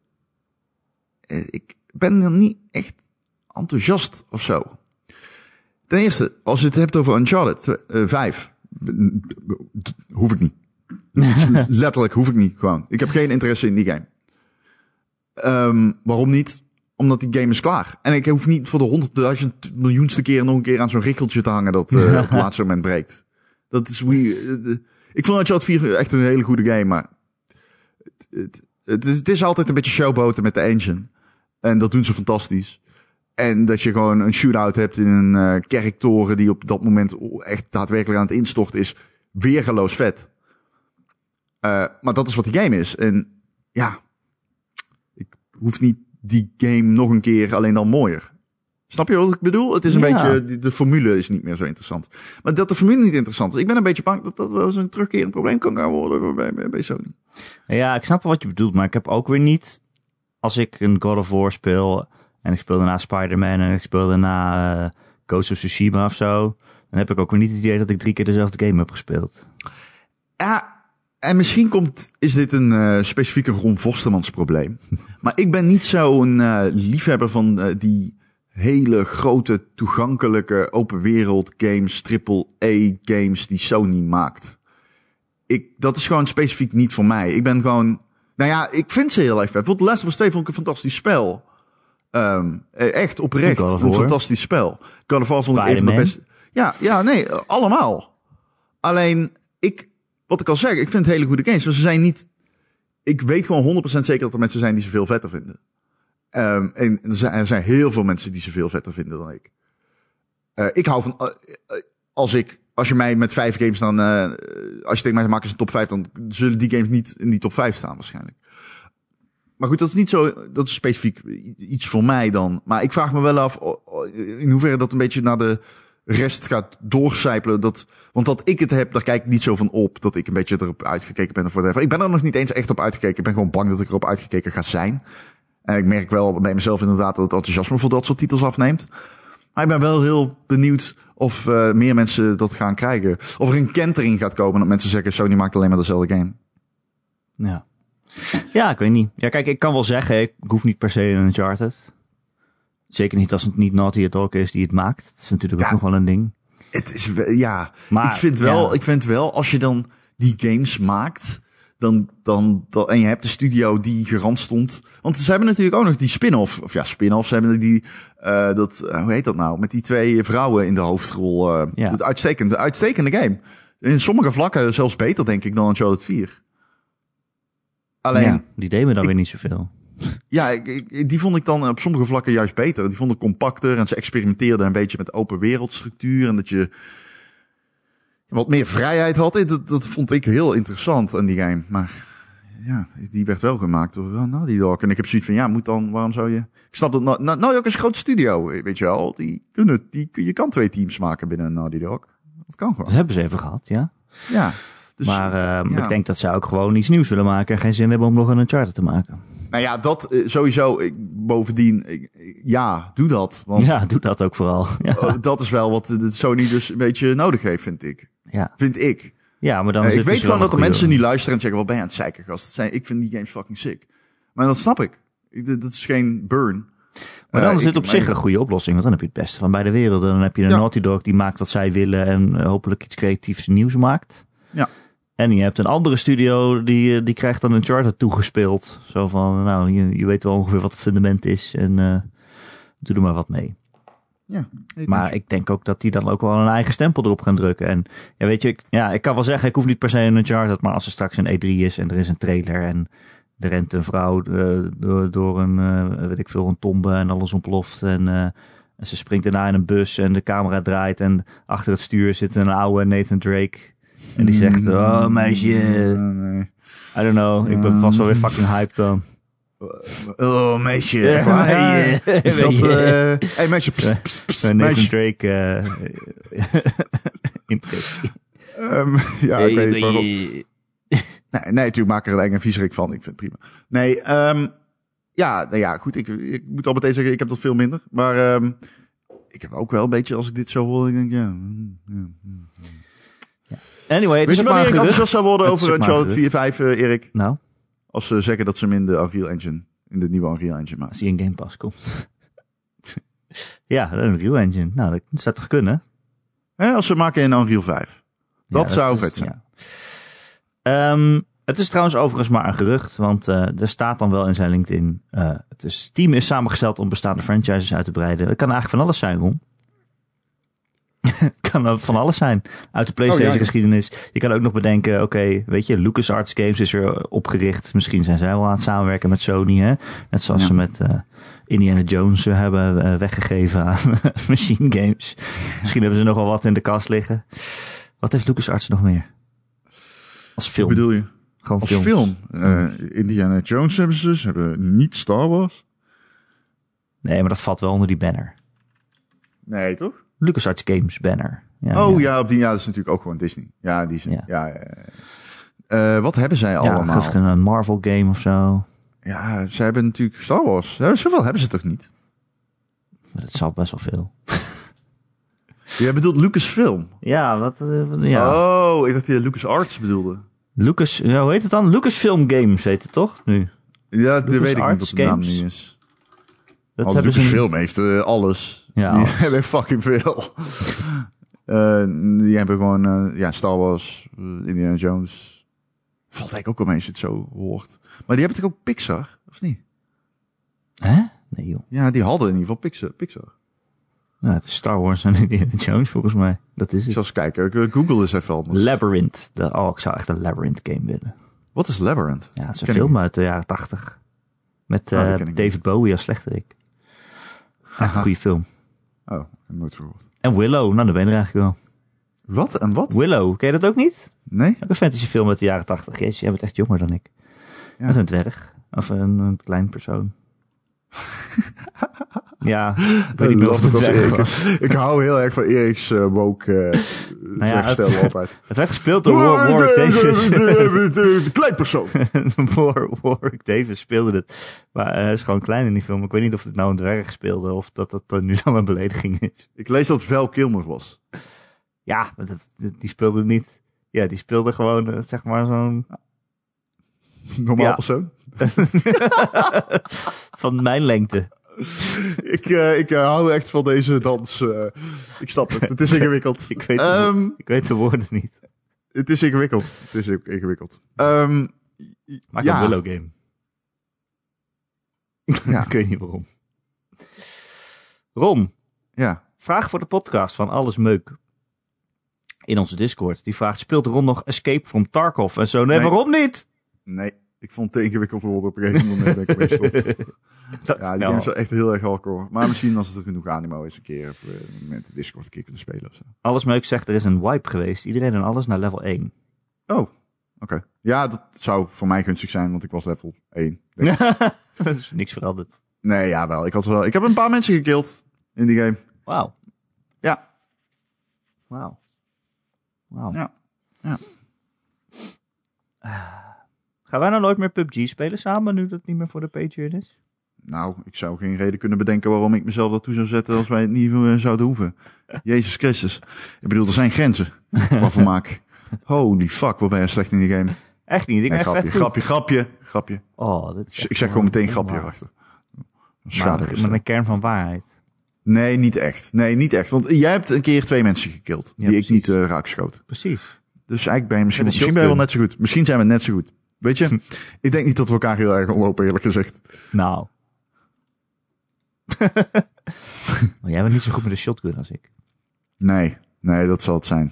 Ik ben er niet echt enthousiast of zo. Ten eerste, als je het hebt over Uncharted uh, vijf... Hoef ik niet. Letterlijk hoef ik niet, gewoon. Ik heb geen interesse in die game. Um, waarom niet? Omdat die game is klaar. En ik hoef niet voor de honderdduizend miljoenste keer nog een keer aan zo'n richeltje te hangen dat uh, op het laatste moment breekt. Dat is wie. Uh, uh, ik vond Uncharted vier echt een hele goede game, maar het, het, het, is, het is altijd een beetje showboten met de engine. En dat doen ze fantastisch. En dat je gewoon een shootout hebt in een uh, kerktoren die op dat moment echt daadwerkelijk aan het instorten is. Weergeloos vet. Uh, maar dat is wat die game is. En ja, ik hoef niet die game nog een keer alleen dan mooier. Snap je wat ik bedoel? Het is een ja. beetje, de formule is niet meer zo interessant. Maar dat de formule niet interessant is. Ik ben een beetje bang dat dat wel eens een terugkerend probleem kan gaan worden bij, bij, bij Sony. Ja, ik snap wel wat je bedoelt. Maar ik heb ook weer niet, als ik een God of War speel... En ik speelde na Spider-Man en ik speelde na uh, Ghost of Tsushima of zo. Dan heb ik ook weer niet het idee dat ik drie keer dezelfde game heb gespeeld. Ja, en misschien komt, is dit een uh, specifieke Ron Vostermans probleem. Maar ik ben niet zo'n uh, liefhebber van uh, die hele grote, toegankelijke open wereld games, triple A games die Sony maakt. Ik, dat is gewoon specifiek niet voor mij. Ik ben gewoon, nou ja, ik vind ze heel erg vet. Bijvoorbeeld The Last of Us twee vond ik een fantastisch spel. Um, echt oprecht een fantastisch spel. God of War vond ik een van de beste. Ja, ja, nee, allemaal. Alleen, ik, wat ik al zeg, ik vind het hele goede games. Maar ze zijn niet... Ik weet gewoon honderd procent zeker dat er mensen zijn die ze veel vetter vinden. Um, en er zijn, er zijn heel veel mensen die ze veel vetter vinden dan ik. Uh, ik hou van... Uh, uh, als ik... Als je mij met vijf games dan... Uh, als je tegen mij maakt eens een top vijf... dan zullen die games niet in die top vijf staan waarschijnlijk. Maar goed, dat is niet zo... Dat is specifiek iets voor mij dan. Maar ik vraag me wel af... in hoeverre dat een beetje naar de rest gaat doorcijpelen. Dat, want dat ik het heb, daar kijk ik niet zo van op. Dat ik een beetje erop uitgekeken ben. Of ik ben er nog niet eens echt op uitgekeken. Ik ben gewoon bang dat ik erop uitgekeken ga zijn. En ik merk wel bij mezelf inderdaad dat het enthousiasme voor dat soort titels afneemt. Maar ik ben wel heel benieuwd of uh, meer mensen dat gaan krijgen. Of er een kentering gaat komen dat mensen zeggen... Sony maakt alleen maar dezelfde game. Ja. Ja, ik weet niet. Ja, kijk, ik kan wel zeggen... ik hoef niet per se een Uncharted. Zeker niet als het niet Naughty Dog is die het maakt. Dat is natuurlijk ja, ook nog wel een ding. Het is, ja, maar, ik vind wel, ja. ik vind wel, als je dan die games maakt... Dan, dan, dan, en je hebt de studio die garant stond. Want ze hebben natuurlijk ook nog die spin-off. Of ja, spin-off. Ze hebben die, uh, dat, uh, hoe heet dat nou? Met die twee vrouwen in de hoofdrol. Uh, ja. Het uitstekende, uitstekende game. In sommige vlakken zelfs beter, denk ik, dan Uncharted vier. Alleen. Ja, die deden me dan ik, weer niet zoveel. Ja, ik, ik, die vond ik dan op sommige vlakken juist beter. Die vond ik compacter en ze experimenteerden een beetje met open wereldstructuur. En dat je wat meer vrijheid had. Dat, dat vond ik heel interessant aan die game. Maar ja, die werd wel gemaakt door uh, Naughty Dog. En ik heb zoiets van, ja, moet dan, waarom zou je... Ik snap dat Naughty Dog nou, is een groot studio, weet je wel. Die kunnen, die, je kan twee teams maken binnen Naughty Dog. Dat kan gewoon. Dat hebben ze even gehad, ja. Ja. Dus, maar uh, ja. ik denk dat ze ook gewoon iets nieuws willen maken en geen zin hebben om nog een Uncharted te maken. Nou ja, dat uh, sowieso. Ik, bovendien, ik, ja, doe dat. Want ja, doe dat ook vooral. Ja. Uh, dat is wel wat de Sony dus een beetje nodig heeft, vind ik. Ja. Vind ik. Ja, maar dan uh, zit ik weet gewoon dat er goede... mensen niet luisteren en zeggen, wat ben je aan het zeiken, gast? Dat zijn, ik vind die games fucking sick. Maar dat snap ik. ik dat is geen burn. Maar dan uh, is het op zich een goede oplossing, want dan heb je het beste van beide werelden. Dan heb je een ja. Naughty Dog die maakt wat zij willen en uh, hopelijk iets creatiefs nieuws maakt. Ja. En je hebt een andere studio, die, die krijgt dan een Uncharted toegespeeld. Zo van, nou, je, je weet wel ongeveer wat het fundament is en uh, doe er maar wat mee. Ja, maar ik denk ook dat die dan ook wel een eigen stempel erop gaan drukken. En ja, weet je, ik, ja, ik kan wel zeggen, ik hoef niet per se een Uncharted, maar als er straks een E drie is en er is een trailer en er rent een vrouw uh, door, door een, uh, weet ik veel, een tombe en alles ontploft en... Uh, en ze springt daarna in een bus en de camera draait en achter het stuur zit een oude Nathan Drake. En die zegt, oh meisje, I don't know, ik ben vast wel weer fucking hyped dan. Oh meisje, ja, ja, is dat, uh, hey meisje, pst, pst, pst, Nathan meisje. Drake uh, impressie. Um, ja, ik weet niet waarom. Nee, nee, natuurlijk maak er een enge viezerik van, ik vind het prima. Nee, um, ja, nou ja, goed, ik, ik moet al meteen zeggen, ik heb dat veel minder. Maar um, ik heb ook wel een beetje, als ik dit zo hoor, ik denk, ja... ja. Anyway, het Weet is je wanneer ik enthousiast zou worden het over Uncharted vier vijf, uh, Erik? Nou? Als ze zeggen dat ze hem in de Unreal Engine, in de nieuwe Unreal Engine maken. Als hij in Game Pass komt. Ja, een Unreal Engine. Nou, dat zou toch kunnen? Ja, als ze maken in Unreal vijf. Dat, ja, dat zou is, vet zijn. Ja. Um, het is trouwens overigens maar een gerucht, want uh, er staat dan wel in zijn LinkedIn. Uh, het is, team is samengesteld om bestaande franchises uit te breiden. Het kan eigenlijk van alles zijn, Ron. Het kan van alles zijn. Uit de PlayStation-geschiedenis. Oh, ja. Je kan ook nog bedenken, oké, okay, weet je, LucasArts Games is weer opgericht. Misschien zijn zij wel aan het samenwerken met Sony, hè? Net zoals ja. ze met uh, Indiana Jones hebben uh, weggegeven aan Machine Games. Misschien hebben ze nog wel wat in de kast liggen. Wat heeft LucasArts nog meer? Als film. Wat bedoel je? Gewoon Als films. film? Uh, Indiana Jones hebben ze, ze hebben niet Star Wars. Nee, maar dat valt wel onder die banner. Nee, toch? LucasArts Games banner. Ja, oh ja. ja, op die ja, dat is natuurlijk ook gewoon Disney. Ja, die zijn. Ja. Ja, ja, ja. Uh, wat hebben zij allemaal? Ja, een Marvel game of zo. Ja, ze hebben natuurlijk Star Wars. Ja, zoveel hebben ze toch niet? Dat zal best wel veel. Jij bedoelt Lucasfilm? Ja, wat? Uh, ja. Oh, ik dacht dat je LucasArts bedoelde. Lucas, ja, hoe heet het dan? Lucasfilm Games heet het toch nu? Ja, dat weet ik niet wat de naam nu is. Dat oh, Lucasfilm een... heeft uh, alles. Ja, die hebben fucking veel. uh, die hebben gewoon uh, ja, Star Wars, uh, Indiana Jones. Valt eigenlijk ook om eens het zo hoort. Maar die hebben toch ook Pixar, of niet? Hè? Nee joh. Ja, die hadden in ieder geval Pixar. Pixar. Nou, het is Star Wars en Indiana Jones volgens mij. Dat is Ik het. zal eens kijken. Google is even anders. Labyrinth. De, oh, ik zou echt een Labyrinth game willen. Wat is Labyrinth? Ja, het is een Ken ik film niet. uit de jaren tachtig. Met Oh, uh, dat ken ik David niet. Bowie als slechterik. Echt Haha. een goede film. Oh, ik heb nooit gehoord. En Willow. Nou, dan ben je er eigenlijk wel. Wat? En wat? Willow. Ken je dat ook niet? Nee? Ook een fantasyfilm uit de jaren tachtig. Jezus, jij bent echt jonger dan ik. Ja. Dat is een dwerg. Of een, een klein persoon. Ja, ik weet niet meer of het was dwerg Erik. was. Ik hou heel erg van Erik's uh, woke uh, Nou ja, zeggen het- altijd. Het werd gespeeld door War- Warwick Davis. De klein persoon. War- Warwick Davis speelde het. Maar hij is gewoon klein in die film. Ik weet niet of het nou een dwerg speelde of dat dat dan nu dan een belediging is. Ik lees dat het Val Kilmer was. Ja, maar dat, dat- die speelde niet. Ja, die speelde gewoon, eh, zeg maar, zo'n. Normaal Ja. persoon. van mijn lengte. Ik, uh, ik uh, hou echt van deze dans. Uh, ik snap het. Het is ingewikkeld. Ik weet, Um, ik weet de woorden niet. het is ingewikkeld. Het is ingewikkeld. Um, Maak ja. een Willow game. Ja. ik weet niet waarom. Ron, Ja. vraag voor de podcast van Alles Meuk. In onze Discord. Die vraagt, speelt Ron nog Escape from Tarkov? En zo, nee, Nee. waarom niet? Nee. Ik vond het te ingewikkeld worden op een gegeven moment. Ben ik mee gestopt. Dat, Ja, die nou, game is wel echt heel erg hardcore. Maar misschien als het er genoeg animo is, een keer of, uh, met de Discord een keer kunnen spelen of zo. Alles Meuk zegt, er is een wipe geweest. Iedereen en alles naar level één. Oh, oké. Okay. Ja, dat zou voor mij gunstig zijn, want ik was level één. Dat is niks veranderd. Nee, ja, wel. Ik, had wel. ik heb een paar mensen gekild in die game. Wauw. Ja. Wauw. Wauw. Ja. Ja. Gaan wij nou nooit meer P U B G spelen samen, nu dat niet meer voor de Patreon is? Nou, ik zou geen reden kunnen bedenken waarom ik mezelf daartoe zou zetten als wij het niet uh, zouden hoeven. Jezus Christus. Ik bedoel, er zijn grenzen. Wat voor maak. Holy fuck, wat ben je slecht in die game. Echt niet, ik ben Nee, echt grapje, vet goed. grapje, grapje, grapje. Oh, dat is Ik echt zeg gewoon meteen helemaal- grapje erachter. Schade Maar is met dat. een kern van waarheid. Nee, niet echt. Nee, niet echt. Want jij hebt een keer twee mensen gekild. Ja, die ik precies. niet uh, raakgeschoten. Precies. Dus eigenlijk ben je misschien, Met een misschien ben je wel shotgun. net zo goed. Misschien zijn we net zo goed. Weet je, ik denk niet dat we elkaar heel erg omlopen, eerlijk gezegd. Nou. maar jij bent niet zo goed met een shotgun als ik. Nee, nee, dat zal het zijn.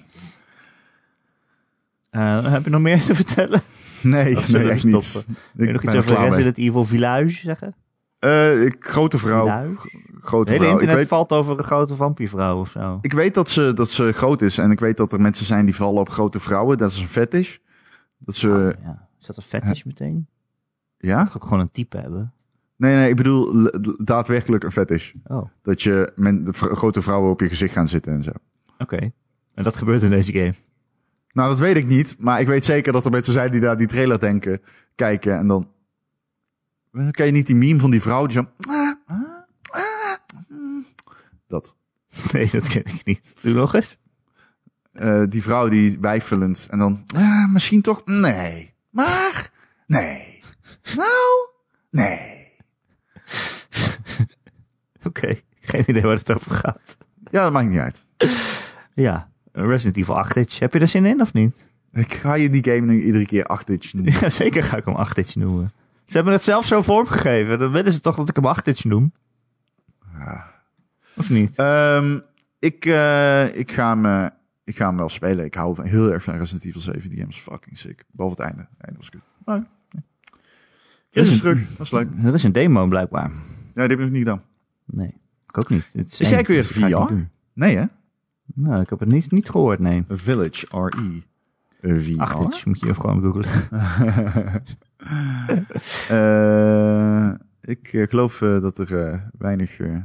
Uh, heb je nog meer te vertellen? Nee, Of zullen nee we echt niet. stoppen? Ik Wil je nog ben iets er over klaar mee. Resident Evil Village zeggen? Uh, ik, grote vrouw. Village? Grote Het hele vrouw. Ik internet weet, valt over een grote vampiervrouw of zo. ik weet dat ze, dat ze groot is. En ik weet dat er mensen zijn die vallen op grote vrouwen. Dat is een fetish. Dat ze... Oh, ja. Is dat een fetish meteen? Ja? Dat ook gewoon een type hebben. Nee, nee, ik bedoel l- d- daadwerkelijk een fetish. Oh, oké. Dat je men, de v- grote vrouwen op je gezicht gaan zitten en zo. En dat gebeurt in deze game. Nou, dat weet ik niet. Maar ik weet zeker dat er mensen zijn die daar die trailer denken, kijken en dan... Ken je niet die meme van die vrouw die zo... "Ah, ah, ah, mm." Dat. Nee, dat ken ik niet. Doe nog eens. Eh, die vrouw die weifelend en dan... "Ah, misschien toch... Nee. Maar... Nee. Nou... Nee. Oké, okay. Geen idee waar het over gaat. Ja, dat maakt niet uit. Ja, Resident Evil acht Itch. Heb je er zin in of niet? Ik ga je die game nu iedere keer acht inch noemen. Ja, zeker ga ik hem acht Itch noemen. Ze hebben het zelf zo vormgegeven. Dan willen ze toch dat ik hem acht Itch noem? Ja. Of niet? Um, ik, uh, ik, ga hem, uh, ik ga hem wel spelen. Ik hou heel erg van Resident Evil zeven. Die game is fucking sick. Behalve het einde. Het einde was goed. Maar, ja. Chris is terug. Dat is leuk. Dat is een demo blijkbaar. Ja, die heb ik nog niet gedaan. Nee, ik ook niet. Het Is jij eng, weer dus dat ga ik V R? niet doen. Nee, hè? Nou, ik heb het niet, niet gehoord, nee. Village R E. V R. acht Itch moet je even gewoon googlen. uh, ik uh, geloof uh, dat er uh, weinig... Uh...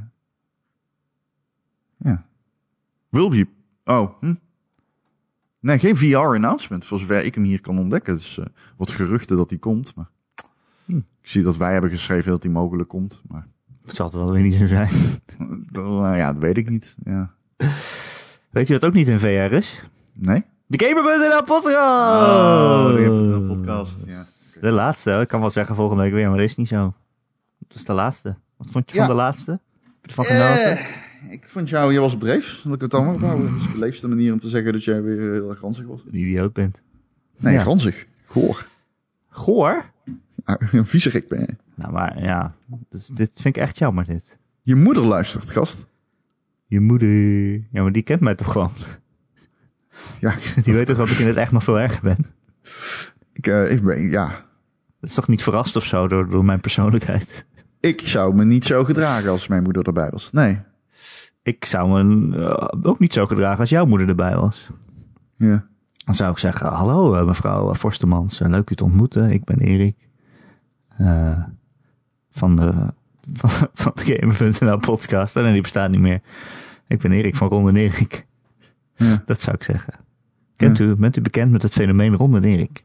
Ja. Will be... Oh, hm? Nee, geen V R-announcement, voor zover ik hem hier kan ontdekken. Dus uh, wat geruchten dat die komt, maar... Hm. Ik zie dat wij hebben geschreven dat die mogelijk komt, maar... Het zal het wel weer niet zo zijn. Nou ja, dat weet ik niet, ja. Weet je wat ook niet in V R is? Nee? De Gamer punt n l podcast! Oh, de Gamer punt n l podcast, ja. De laatste, ik kan wel zeggen volgende week weer, maar dat is niet zo. Het was de laatste. Wat vond je Ja. van de laatste? Heb je ervan genoten? Eh, ik vond jou, je was beleefd, dat ik het allemaal ophouden. Dat is de beleefdste manier om te zeggen dat jij weer heel erg ranzig was. Een idioot bent. Nee, Ja. ranzig. Goor. Goor? Ja, een viezerik ben je. Nou, maar ja, dus dit vind ik echt jammer, dit. Je moeder luistert, gast. Je moeder. Ja, maar die kent mij toch gewoon. Ja. Die weet toch dat ik in het echt nog veel erger ben. Ik, uh, ik ben, ja. Dat is toch niet verrast of zo door, door mijn persoonlijkheid? Ik zou me niet zo gedragen als mijn moeder erbij was. Nee. Ik zou me uh, ook niet zo gedragen als jouw moeder erbij was. Ja. Dan zou ik zeggen, hallo uh, mevrouw Forstemans, uh, leuk u te ontmoeten. Ik ben Erik. Uh, van de, van, van de Gamer punt n l podcast. En die bestaat niet meer. Ik ben Erik van Ron en Erik. Ja. Dat zou ik zeggen. Kent ja. u, bent u bekend met het fenomeen Ron en Erik?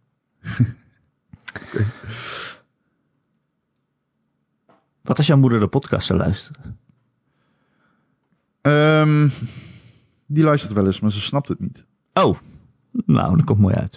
Okay. Wat als jouw moeder de podcast zou luisteren? Um, die luistert wel eens, maar ze snapt het niet. Oh, nou, dat komt mooi uit.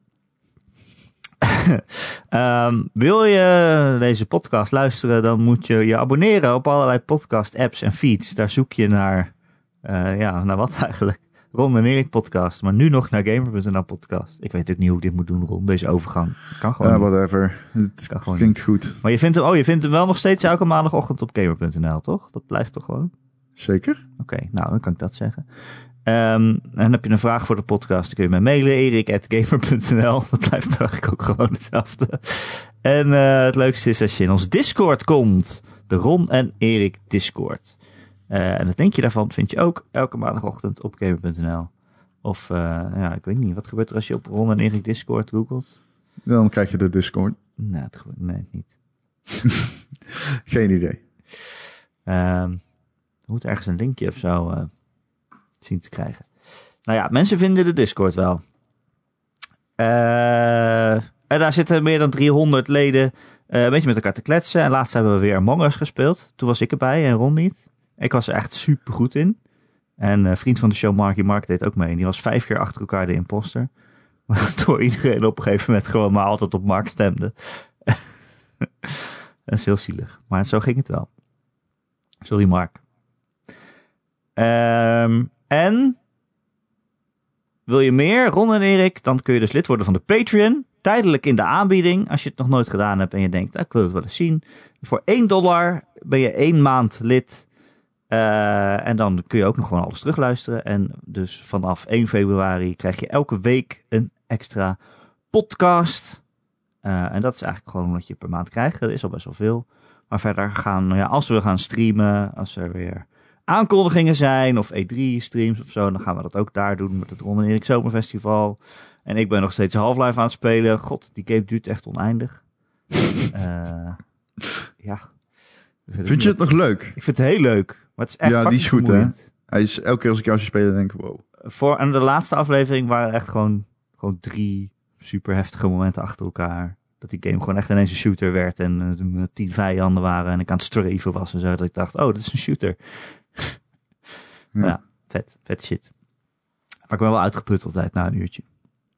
um, wil je deze podcast luisteren, dan moet je je abonneren op allerlei podcast apps en feeds. Daar zoek je naar, uh, ja, naar wat eigenlijk? Ron en Erik podcast, maar nu nog naar Gamer punt n l podcast. Ik weet ook niet hoe ik dit moet doen, Ron, deze overgang. Kan gewoon Ja, niet. whatever. Het kan gewoon klinkt niet. goed. Maar je vindt hem, oh, je vindt hem wel nog steeds elke maandagochtend op Gamer punt n l, toch? Dat blijft toch gewoon? Zeker. Oké, okay, nou, dan kan ik dat zeggen. Um, en dan heb je een vraag voor de podcast, dan kun je mij mailen, erik at gamer punt n l. Dat blijft eigenlijk ook gewoon hetzelfde. En uh, het leukste is als je in ons Discord komt. De Ron en Erik Discord. Uh, en het linkje daarvan vind je ook elke maandagochtend op gamer punt n l. Of, uh, ja, ik weet niet. Wat gebeurt er als je op Ron en Erik Discord googelt? Dan krijg je de Discord. Nee, dat gebeurt, nee niet. Geen idee. Um, er moet ergens een linkje of zo uh, zien te krijgen. Nou ja, mensen vinden de Discord wel. Uh, en daar zitten meer dan driehonderd leden uh, een beetje met elkaar te kletsen. En laatst hebben we weer Among Us gespeeld. Toen was ik erbij en Ron niet. Ik was er echt super goed in. En uh, vriend van de show, Marky Mark, deed ook mee. En die was vijf keer achter elkaar de imposter. Waardoor iedereen op een gegeven moment gewoon maar altijd op Mark stemde. Dat is heel zielig. Maar zo ging het wel. Sorry, Mark. Um, en wil je meer, Ron en Erik, dan kun je dus lid worden van de Patreon. Tijdelijk in de aanbieding, als je het nog nooit gedaan hebt en je denkt, ah, ik wil het wel eens zien. Voor één dollar ben je één maand lid. Uh, en dan kun je ook nog gewoon alles terugluisteren. En dus vanaf één februari krijg je elke week een extra podcast. Uh, en dat is eigenlijk gewoon wat je per maand krijgt. Dat is al best wel veel. Maar verder gaan, ja, als we gaan streamen, als er weer aankondigingen zijn of E drie streams of zo, dan gaan we dat ook daar doen met het Ron en Erik Zomerfestival. En ik ben nog steeds Half-Life aan het spelen. God, die game duurt echt oneindig. uh, ja. Vind je het nog leuk? Ik vind het heel leuk. Maar het is echt ja, die is goed, vermoeiend. Hè? Hij is elke keer als ik jou zie spelen, denk ik, wow. Voor, en de laatste aflevering waren echt gewoon, gewoon drie super heftige momenten achter elkaar. Dat die game gewoon echt ineens een shooter werd en uh, tien vijanden waren en ik aan het streven was en zo. Dat ik dacht, oh, dat is een shooter. Ja, ja vet, vet shit. Maar ik ben wel uitgeput altijd na een uurtje.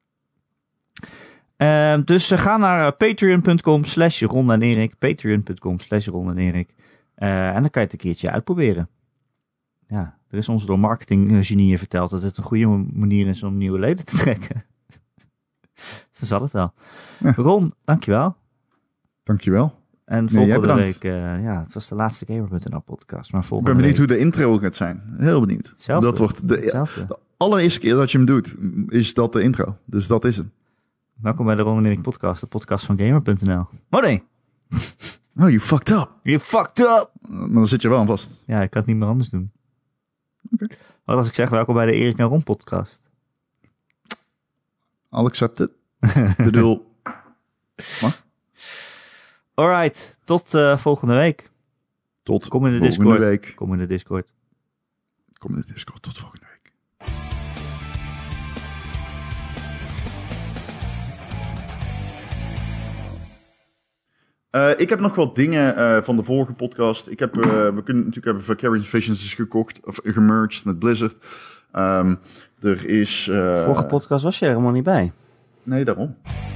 Uh, dus uh, ga naar uh, patreon.com slash Ron en Erik. Patreon.com slash Ron en Erik. Uh, en dan kan je het een keertje uitproberen. Ja, er is ons door marketinggenieën verteld dat het een goede manier is om nieuwe leden te trekken. Dus dan zal het wel. Ja. Ron, dankjewel. Dankjewel. En volgende nee, week, uh, ja, het was de laatste Gamer punt n l podcast. Maar volgende ik ben benieuwd week... hoe de intro gaat zijn. Heel benieuwd. Hetzelfde. Dat wordt de, Hetzelfde. de allereerste keer dat je hem doet, is dat de intro. Dus dat is het. Welkom bij de Ron en Erik podcast, de podcast van Gamer punt n l. Oh nee! Oh, you fucked up. You fucked up! Maar dan zit je wel aan vast. Ja, ik kan het niet meer anders doen. Okay. Wat als ik zeg welkom bij de Erik en Ron podcast? I'll accept it. Ik bedoel... Mag? Alright, tot uh, volgende week. Tot Kom in de volgende Discord. week. Kom in de Discord. Kom in de Discord. Tot volgende week. Uh, ik heb nog wat dingen uh, van de vorige podcast. Ik heb, uh, we kunnen natuurlijk hebben Vicarious Visions gekocht of gemerged met Blizzard. Um, er is. Uh, vorige podcast was je er helemaal niet bij. Nee, daarom.